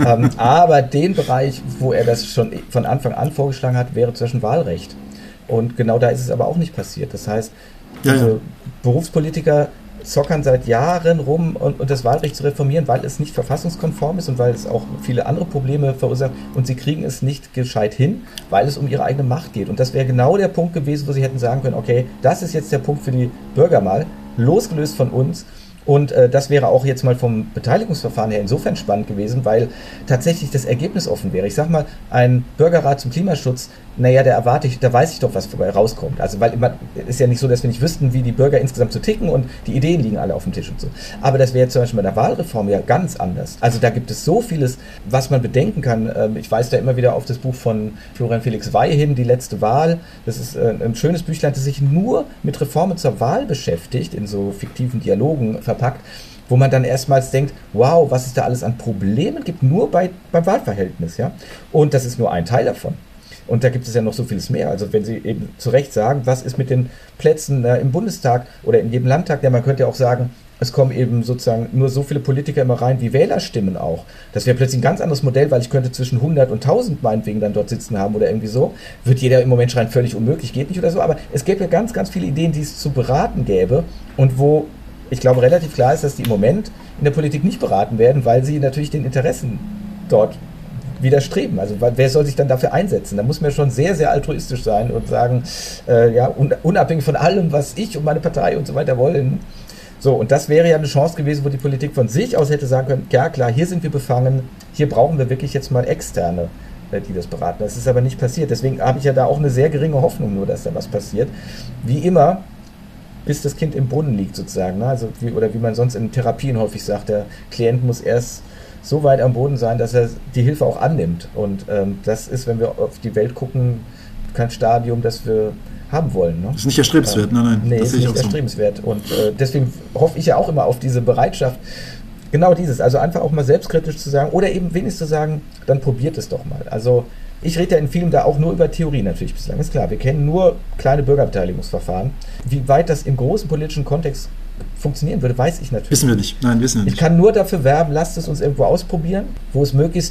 Aber den Bereich, wo er das schon von Anfang an vorgeschlagen hat, wäre zum Beispiel Wahlrecht. Und genau da ist es aber auch nicht passiert. Das heißt, diese Berufspolitiker zockern seit Jahren rum und das Wahlrecht zu reformieren, weil es nicht verfassungskonform ist und weil es auch viele andere Probleme verursacht und sie kriegen es nicht gescheit hin, weil es um ihre eigene Macht geht. Und das wäre genau der Punkt gewesen, wo sie hätten sagen können, okay, das ist jetzt der Punkt für die Bürger mal, losgelöst von uns. Und das wäre auch jetzt mal vom Beteiligungsverfahren her insofern spannend gewesen, weil tatsächlich das Ergebnis offen wäre. Ich sag mal, ein Bürgerrat zum Klimaschutz, naja, da weiß ich doch, was dabei rauskommt. Also, weil ist ja nicht so, dass wir nicht wüssten, wie die Bürger insgesamt so ticken und die Ideen liegen alle auf dem Tisch und so. Aber das wäre jetzt zum Beispiel bei der Wahlreform ja ganz anders. Also da gibt es so vieles, was man bedenken kann. Ich weise da immer wieder auf das Buch von Florian Felix Wey hin, Die letzte Wahl. Das ist ein schönes Büchlein, das sich nur mit Reformen zur Wahl beschäftigt, in so fiktiven Dialogen verpackt, wo man dann erstmals denkt, wow, was es da alles an Problemen gibt, nur beim Wahlverhältnis. Ja? Und das ist nur ein Teil davon. Und da gibt es ja noch so vieles mehr. Also wenn Sie eben zu Recht sagen, was ist mit den Plätzen im Bundestag oder in jedem Landtag, ja, man könnte ja auch sagen, es kommen eben sozusagen nur so viele Politiker immer rein, wie Wählerstimmen auch. Das wäre plötzlich ein ganz anderes Modell, weil ich könnte zwischen 100 und 1000 meinetwegen dann dort sitzen haben oder irgendwie so. Wird jeder im Moment schreien, völlig unmöglich, geht nicht oder so. Aber es gäbe ja ganz, ganz viele Ideen, die es zu beraten gäbe und wo ich glaube relativ klar ist, dass die im Moment in der Politik nicht beraten werden, weil sie natürlich den Interessen dort widerstreben. Also wer soll sich dann dafür einsetzen? Da muss man schon sehr, sehr altruistisch sein und sagen, unabhängig von allem, was ich und meine Partei und so weiter wollen. So, und das wäre ja eine Chance gewesen, wo die Politik von sich aus hätte sagen können, ja klar, hier sind wir befangen, hier brauchen wir wirklich jetzt mal Externe, die das beraten. Das ist aber nicht passiert. Deswegen habe ich ja da auch eine sehr geringe Hoffnung nur, dass da was passiert. Wie immer, bis das Kind im Brunnen liegt sozusagen. Ne? Also wie man sonst in Therapien häufig sagt, der Klient muss erst so weit am Boden sein, dass er die Hilfe auch annimmt. Und das ist, wenn wir auf die Welt gucken, kein Stadium, das wir haben wollen. Ne? Das ist nicht erstrebenswert, nein. Nee, das ist nicht erstrebenswert. Und deswegen hoffe ich ja auch immer auf diese Bereitschaft, genau dieses, also einfach auch mal selbstkritisch zu sagen oder eben wenigstens zu sagen, dann probiert es doch mal. Also ich rede ja in vielen da auch nur über Theorie natürlich bislang, ist klar. Wir kennen nur kleine Bürgerbeteiligungsverfahren. Wie weit das im großen politischen Kontext funktionieren würde, weiß ich natürlich. Wissen wir nicht. Nein, wissen wir nicht. Ich kann nur dafür werben, lasst es uns irgendwo ausprobieren, wo es möglichst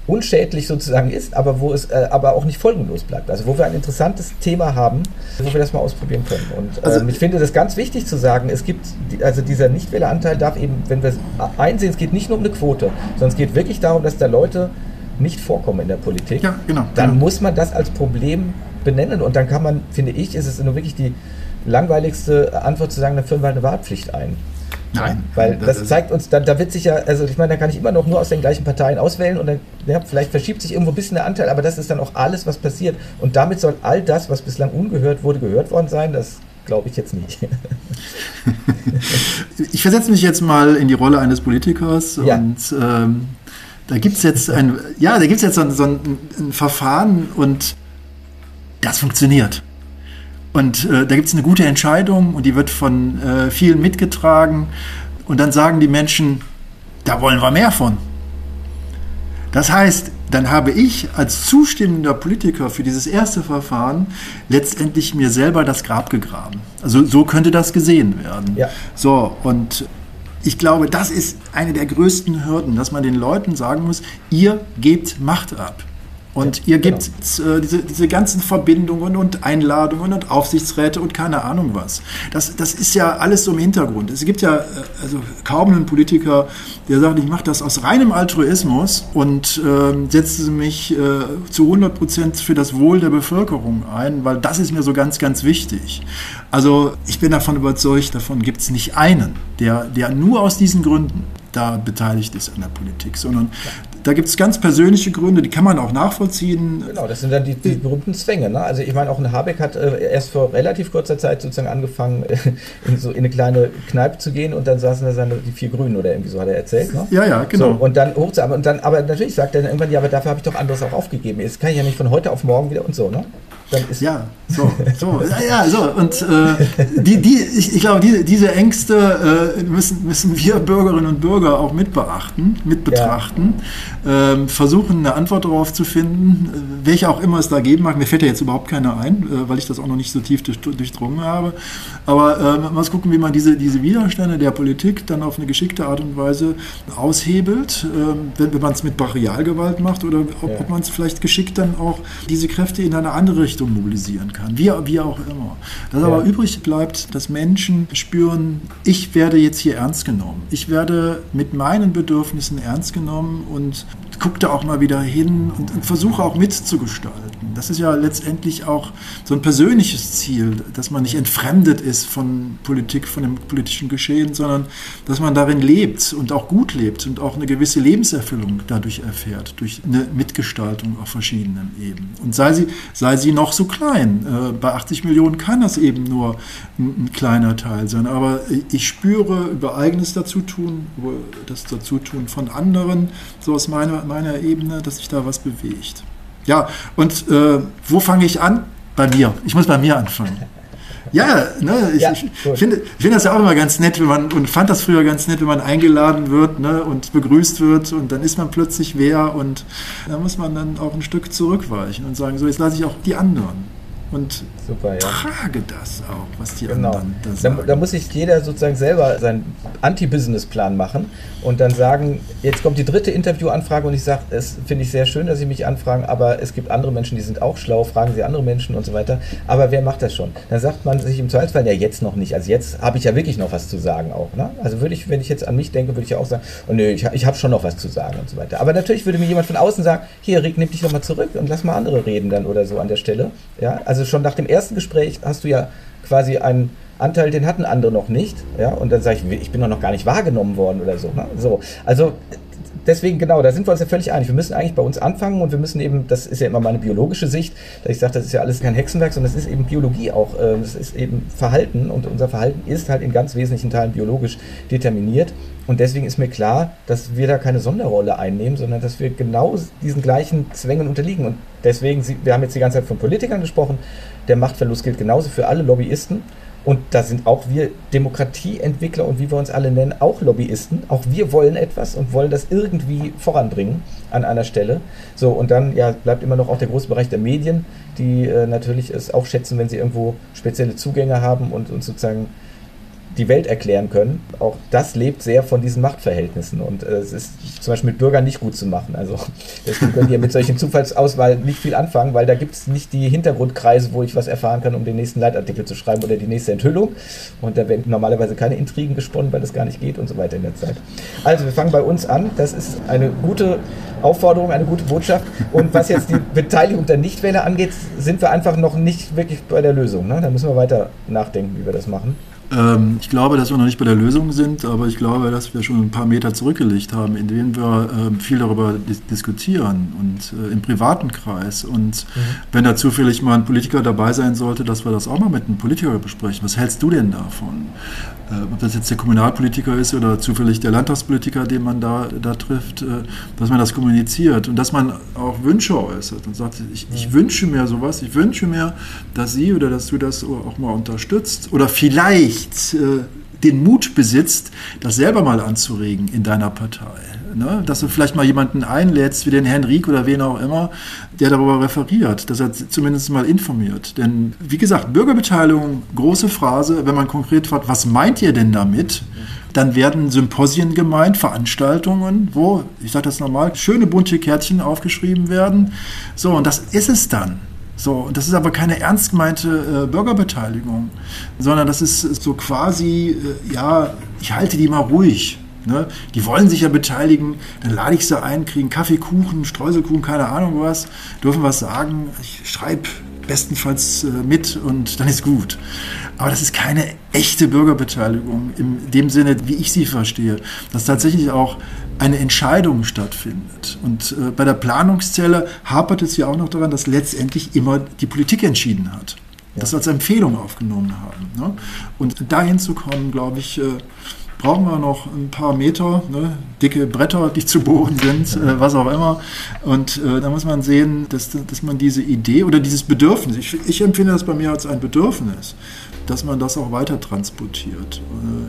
unschädlich sozusagen ist, aber wo es aber auch nicht folgenlos bleibt. Also wo wir ein interessantes Thema haben, wo wir das mal ausprobieren können. Und ich finde das ganz wichtig zu sagen, es gibt, also dieser Nichtwähleranteil darf eben, wenn wir es einsehen, es geht nicht nur um eine Quote, sondern es geht wirklich darum, dass da Leute nicht vorkommen in der Politik. Ja, genau. Dann muss man das als Problem benennen und dann kann man, finde ich, ist es nur wirklich die langweiligste Antwort zu sagen, dann führen wir eine Wahlpflicht ein. Nein. Weil das zeigt uns, da wird sich ja, also ich meine, da kann ich immer noch nur aus den gleichen Parteien auswählen und dann, ja, vielleicht verschiebt sich irgendwo ein bisschen der Anteil, aber das ist dann auch alles, was passiert. Und damit soll all das, was bislang ungehört wurde, gehört worden sein, das glaube ich jetzt nicht. Ich versetze mich jetzt mal in die Rolle eines Politikers und da gibt es jetzt so ein Verfahren und das funktioniert. Und da gibt es eine gute Entscheidung und die wird von vielen mitgetragen. Und dann sagen die Menschen, da wollen wir mehr von. Das heißt, dann habe ich als zustimmender Politiker für dieses erste Verfahren letztendlich mir selber das Grab gegraben. Also so könnte das gesehen werden. Ja. So, und ich glaube, das ist eine der größten Hürden, dass man den Leuten sagen muss, ihr gebt Macht ab. Und ihr gebt diese ganzen Verbindungen und Einladungen und Aufsichtsräte und keine Ahnung was. Das ist ja alles so im Hintergrund. Es gibt ja also kaum einen Politiker, der sagt, ich mache das aus reinem Altruismus und setze mich zu 100% für das Wohl der Bevölkerung ein, weil das ist mir so ganz, ganz wichtig. Also ich bin davon überzeugt, davon gibt es nicht einen, der nur aus diesen Gründen da beteiligt ist an der Politik, sondern da gibt es ganz persönliche Gründe, die kann man auch nachvollziehen. Genau, das sind dann die berühmten Zwänge. Ne? Also ich meine, auch ein Habeck hat erst vor relativ kurzer Zeit sozusagen angefangen, in eine kleine Kneipe zu gehen und dann saßen da die 4 Grünen oder irgendwie so, hat er erzählt. Ne? Ja, genau. So, und dann hochzuarbeiten. Aber natürlich sagt er dann irgendwann, ja, aber dafür habe ich doch anderes auch aufgegeben. Jetzt kann ich ja nicht von heute auf morgen wieder und so, ne? Dann ist und ich glaube, diese Ängste müssen wir Bürgerinnen und Bürger auch mit betrachten, versuchen eine Antwort darauf zu finden, welche auch immer es da geben mag. Mir fällt ja jetzt überhaupt keine ein, weil ich das auch noch nicht so tief durchdrungen habe. Aber man muss gucken, wie man diese Widerstände der Politik dann auf eine geschickte Art und Weise aushebelt, wenn man es mit Brachialgewalt macht oder ob man es vielleicht geschickt dann auch diese Kräfte in eine andere Richtung mobilisieren kann, wie auch immer. Das aber übrig bleibt, dass Menschen spüren, ich werde jetzt hier ernst genommen. Ich werde mit meinen Bedürfnissen ernst genommen und gucke da auch mal wieder hin und versuche auch mitzugestalten. Das ist ja letztendlich auch so ein persönliches Ziel, dass man nicht entfremdet ist von Politik, von dem politischen Geschehen, sondern dass man darin lebt und auch gut lebt und auch eine gewisse Lebenserfüllung dadurch erfährt, durch eine Mitgestaltung auf verschiedenen Ebenen. Und sei sie noch so klein. Bei 80 Millionen kann das eben nur ein kleiner Teil sein. Aber ich spüre über eigenes Dazutun, über das Dazutun von anderen, so aus meiner Ebene, dass sich da was bewegt. Ja, und wo fange ich an? Bei mir. Ich muss bei mir anfangen. Ja, ne, ich finde das ja auch immer ganz nett, und fand das früher ganz nett, wenn man eingeladen wird, ne, und begrüßt wird und dann ist man plötzlich wer und da muss man dann auch ein Stück zurückweichen und sagen, so jetzt lasse ich auch die anderen und trage das auch, was die anderen da sagen. Da muss sich jeder sozusagen selber seinen Anti-Business-Plan machen und dann sagen, jetzt kommt die 3. Interviewanfrage und ich sage, es finde ich sehr schön, dass Sie mich anfragen, aber es gibt andere Menschen, die sind auch schlau, fragen Sie andere Menschen und so weiter, aber wer macht das schon? Dann sagt man sich im Zweifelsfall, ja jetzt noch nicht, also jetzt habe ich ja wirklich noch was zu sagen auch, ne? Also wenn ich jetzt an mich denke, würde ich ja auch sagen, oh nö, ich habe schon noch was zu sagen und so weiter. Aber natürlich würde mir jemand von außen sagen, hier Rick, nimm dich nochmal zurück und lass mal andere reden dann oder so an der Stelle, ja, also schon nach dem ersten Gespräch hast du ja quasi einen Anteil, den hatten andere noch nicht, ja, und dann sage ich bin doch noch gar nicht wahrgenommen worden oder so, ne? So, also deswegen, genau, da sind wir uns ja völlig einig. Wir müssen eigentlich bei uns anfangen und wir müssen eben, das ist ja immer meine biologische Sicht, dass ich sage, das ist ja alles kein Hexenwerk, sondern das ist eben Biologie auch, das ist eben Verhalten und unser Verhalten ist halt in ganz wesentlichen Teilen biologisch determiniert und deswegen ist mir klar, dass wir da keine Sonderrolle einnehmen, sondern dass wir genau diesen gleichen Zwängen unterliegen und deswegen, wir haben jetzt die ganze Zeit von Politikern gesprochen, der Machtverlust gilt genauso für alle Lobbyisten. Und da sind auch wir Demokratieentwickler und wie wir uns alle nennen, auch Lobbyisten. Auch wir wollen etwas und wollen das irgendwie voranbringen an einer Stelle. So, und dann bleibt immer noch auch der große Bereich der Medien, die natürlich es auch schätzen, wenn sie irgendwo spezielle Zugänge haben und sozusagen die Welt erklären können. Auch das lebt sehr von diesen Machtverhältnissen und es ist zum Beispiel mit Bürgern nicht gut zu machen. Also deswegen können wir mit solchen Zufallsauswahl nicht viel anfangen, weil da gibt es nicht die Hintergrundkreise, wo ich was erfahren kann, um den nächsten Leitartikel zu schreiben oder die nächste Enthüllung. Und da werden normalerweise keine Intrigen gesponnen, weil das gar nicht geht und so weiter in der Zeit. Also wir fangen bei uns an. Das ist eine gute Aufforderung, eine gute Botschaft. Und was jetzt die Beteiligung der Nichtwähler angeht, sind wir einfach noch nicht wirklich bei der Lösung. Ne? Da müssen wir weiter nachdenken, wie wir das machen. Ich glaube, dass wir noch nicht bei der Lösung sind, aber ich glaube, dass wir schon ein paar Meter zurückgelegt haben, in denen wir viel darüber diskutieren und im privaten Kreis. Und wenn da zufällig mal ein Politiker dabei sein sollte, dass wir das auch mal mit einem Politiker besprechen. Was hältst du denn davon? Ob das jetzt der Kommunalpolitiker ist oder zufällig der Landtagspolitiker, den man da trifft, dass man das kommuniziert und dass man auch Wünsche äußert und sagt, ich wünsche mir sowas, ich wünsche mir, dass Sie oder dass du das auch mal unterstützt oder vielleicht den Mut besitzt, das selber mal anzuregen in deiner Partei. Ne? Dass du vielleicht mal jemanden einlädst, wie den Herrn Rieck oder wen auch immer, der darüber referiert, dass er zumindest mal informiert. Denn, wie gesagt, Bürgerbeteiligung, große Phrase, wenn man konkret fragt, was meint ihr denn damit? Dann werden Symposien gemeint, Veranstaltungen, wo, ich sage das nochmal, schöne bunte Kärtchen aufgeschrieben werden. So, und das ist es dann. So, und das ist aber keine ernst gemeinte Bürgerbeteiligung, sondern das ist so quasi, ich halte die mal ruhig. Ne? Die wollen sich ja beteiligen, dann lade ich sie ein, kriegen Kaffee, Kuchen, Streuselkuchen, keine Ahnung was, dürfen was sagen, ich schreibe bestenfalls mit und dann ist gut. Aber das ist keine echte Bürgerbeteiligung in dem Sinne, wie ich sie verstehe, dass tatsächlich auch eine Entscheidung stattfindet. Und bei der Planungszelle hapert es ja auch noch daran, dass letztendlich immer die Politik entschieden hat. Ja. Das als Empfehlung aufgenommen haben. Ne? Und dahin zu kommen, glaube ich, brauchen wir noch ein paar Meter, ne? Dicke Bretter, die zu bohren sind, was auch immer. Und da muss man sehen, dass man diese Idee oder dieses Bedürfnis, ich empfinde das bei mir als ein Bedürfnis, dass man das auch weiter transportiert,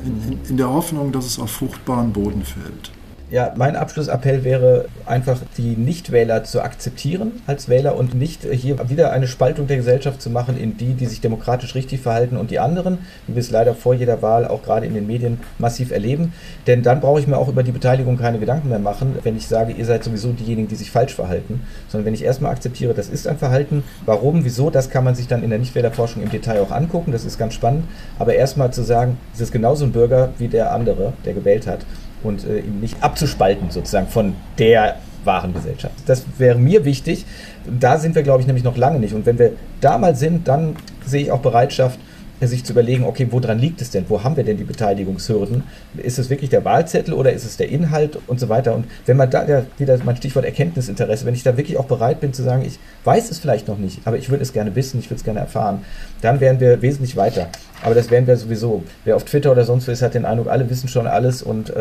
in der Hoffnung, dass es auf fruchtbaren Boden fällt. Ja, mein Abschlussappell wäre einfach, die Nichtwähler zu akzeptieren als Wähler und nicht hier wieder eine Spaltung der Gesellschaft zu machen in die sich demokratisch richtig verhalten und die anderen, wie wir es leider vor jeder Wahl auch gerade in den Medien massiv erleben. Denn dann brauche ich mir auch über die Beteiligung keine Gedanken mehr machen, wenn ich sage, ihr seid sowieso diejenigen, die sich falsch verhalten. Sondern wenn ich erstmal akzeptiere, das ist ein Verhalten, warum, wieso, das kann man sich dann in der Nichtwählerforschung im Detail auch angucken, das ist ganz spannend. Aber erstmal zu sagen, es ist genauso ein Bürger wie der andere, der gewählt hat. Und ihn nicht abzuspalten sozusagen von der wahren Gesellschaft. Das wäre mir wichtig. Da sind wir, glaube ich, nämlich noch lange nicht. Und wenn wir da mal sind, dann sehe ich auch Bereitschaft, sich zu überlegen, okay, woran liegt es denn? Wo haben wir denn die Beteiligungshürden? Ist es wirklich der Wahlzettel oder ist es der Inhalt und so weiter? Und wenn man da, wieder mein Stichwort Erkenntnisinteresse, wenn ich da wirklich auch bereit bin zu sagen, ich weiß es vielleicht noch nicht, aber ich würde es gerne wissen, ich würde es gerne erfahren, dann wären wir wesentlich weiter. Aber das wären wir sowieso. Wer auf Twitter oder sonst wo ist, hat den Eindruck, alle wissen schon alles und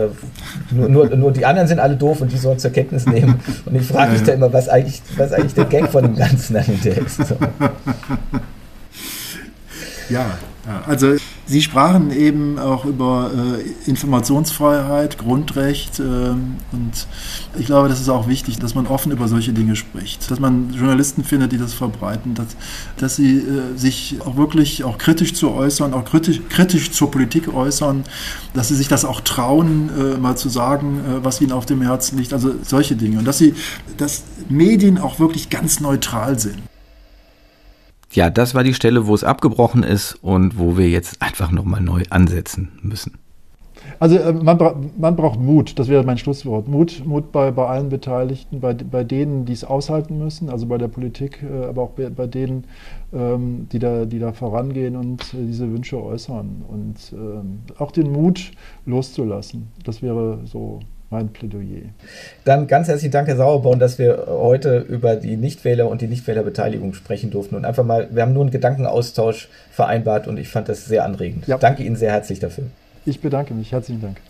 nur die anderen sind alle doof und die sollen es zur Kenntnis nehmen. Und ich frage mich da immer, was eigentlich der Gag von dem Ganzen dahinter ist. So. Ja, also Sie sprachen eben auch über Informationsfreiheit, Grundrecht und ich glaube, das ist auch wichtig, dass man offen über solche Dinge spricht, dass man Journalisten findet, die das verbreiten, dass sie sich auch wirklich auch kritisch zu äußern, auch kritisch zur Politik äußern, dass sie sich das auch trauen, mal zu sagen, was ihnen auf dem Herzen liegt, also solche Dinge und dass Medien auch wirklich ganz neutral sind. Ja, das war die Stelle, wo es abgebrochen ist und wo wir jetzt einfach nochmal neu ansetzen müssen. Also man braucht Mut, das wäre mein Schlusswort. Mut bei allen Beteiligten, bei denen, die es aushalten müssen, also bei der Politik, aber auch bei denen, die da vorangehen und diese Wünsche äußern. Und auch den Mut loszulassen, das wäre so mein Plädoyer. Dann ganz herzlichen Dank, Herr Sauerborn, dass wir heute über die Nichtwähler und die Nichtwählerbeteiligung sprechen durften und einfach mal, wir haben nur einen Gedankenaustausch vereinbart und ich fand das sehr anregend. Ja. Danke Ihnen sehr herzlich dafür. Ich bedanke mich. Herzlichen Dank.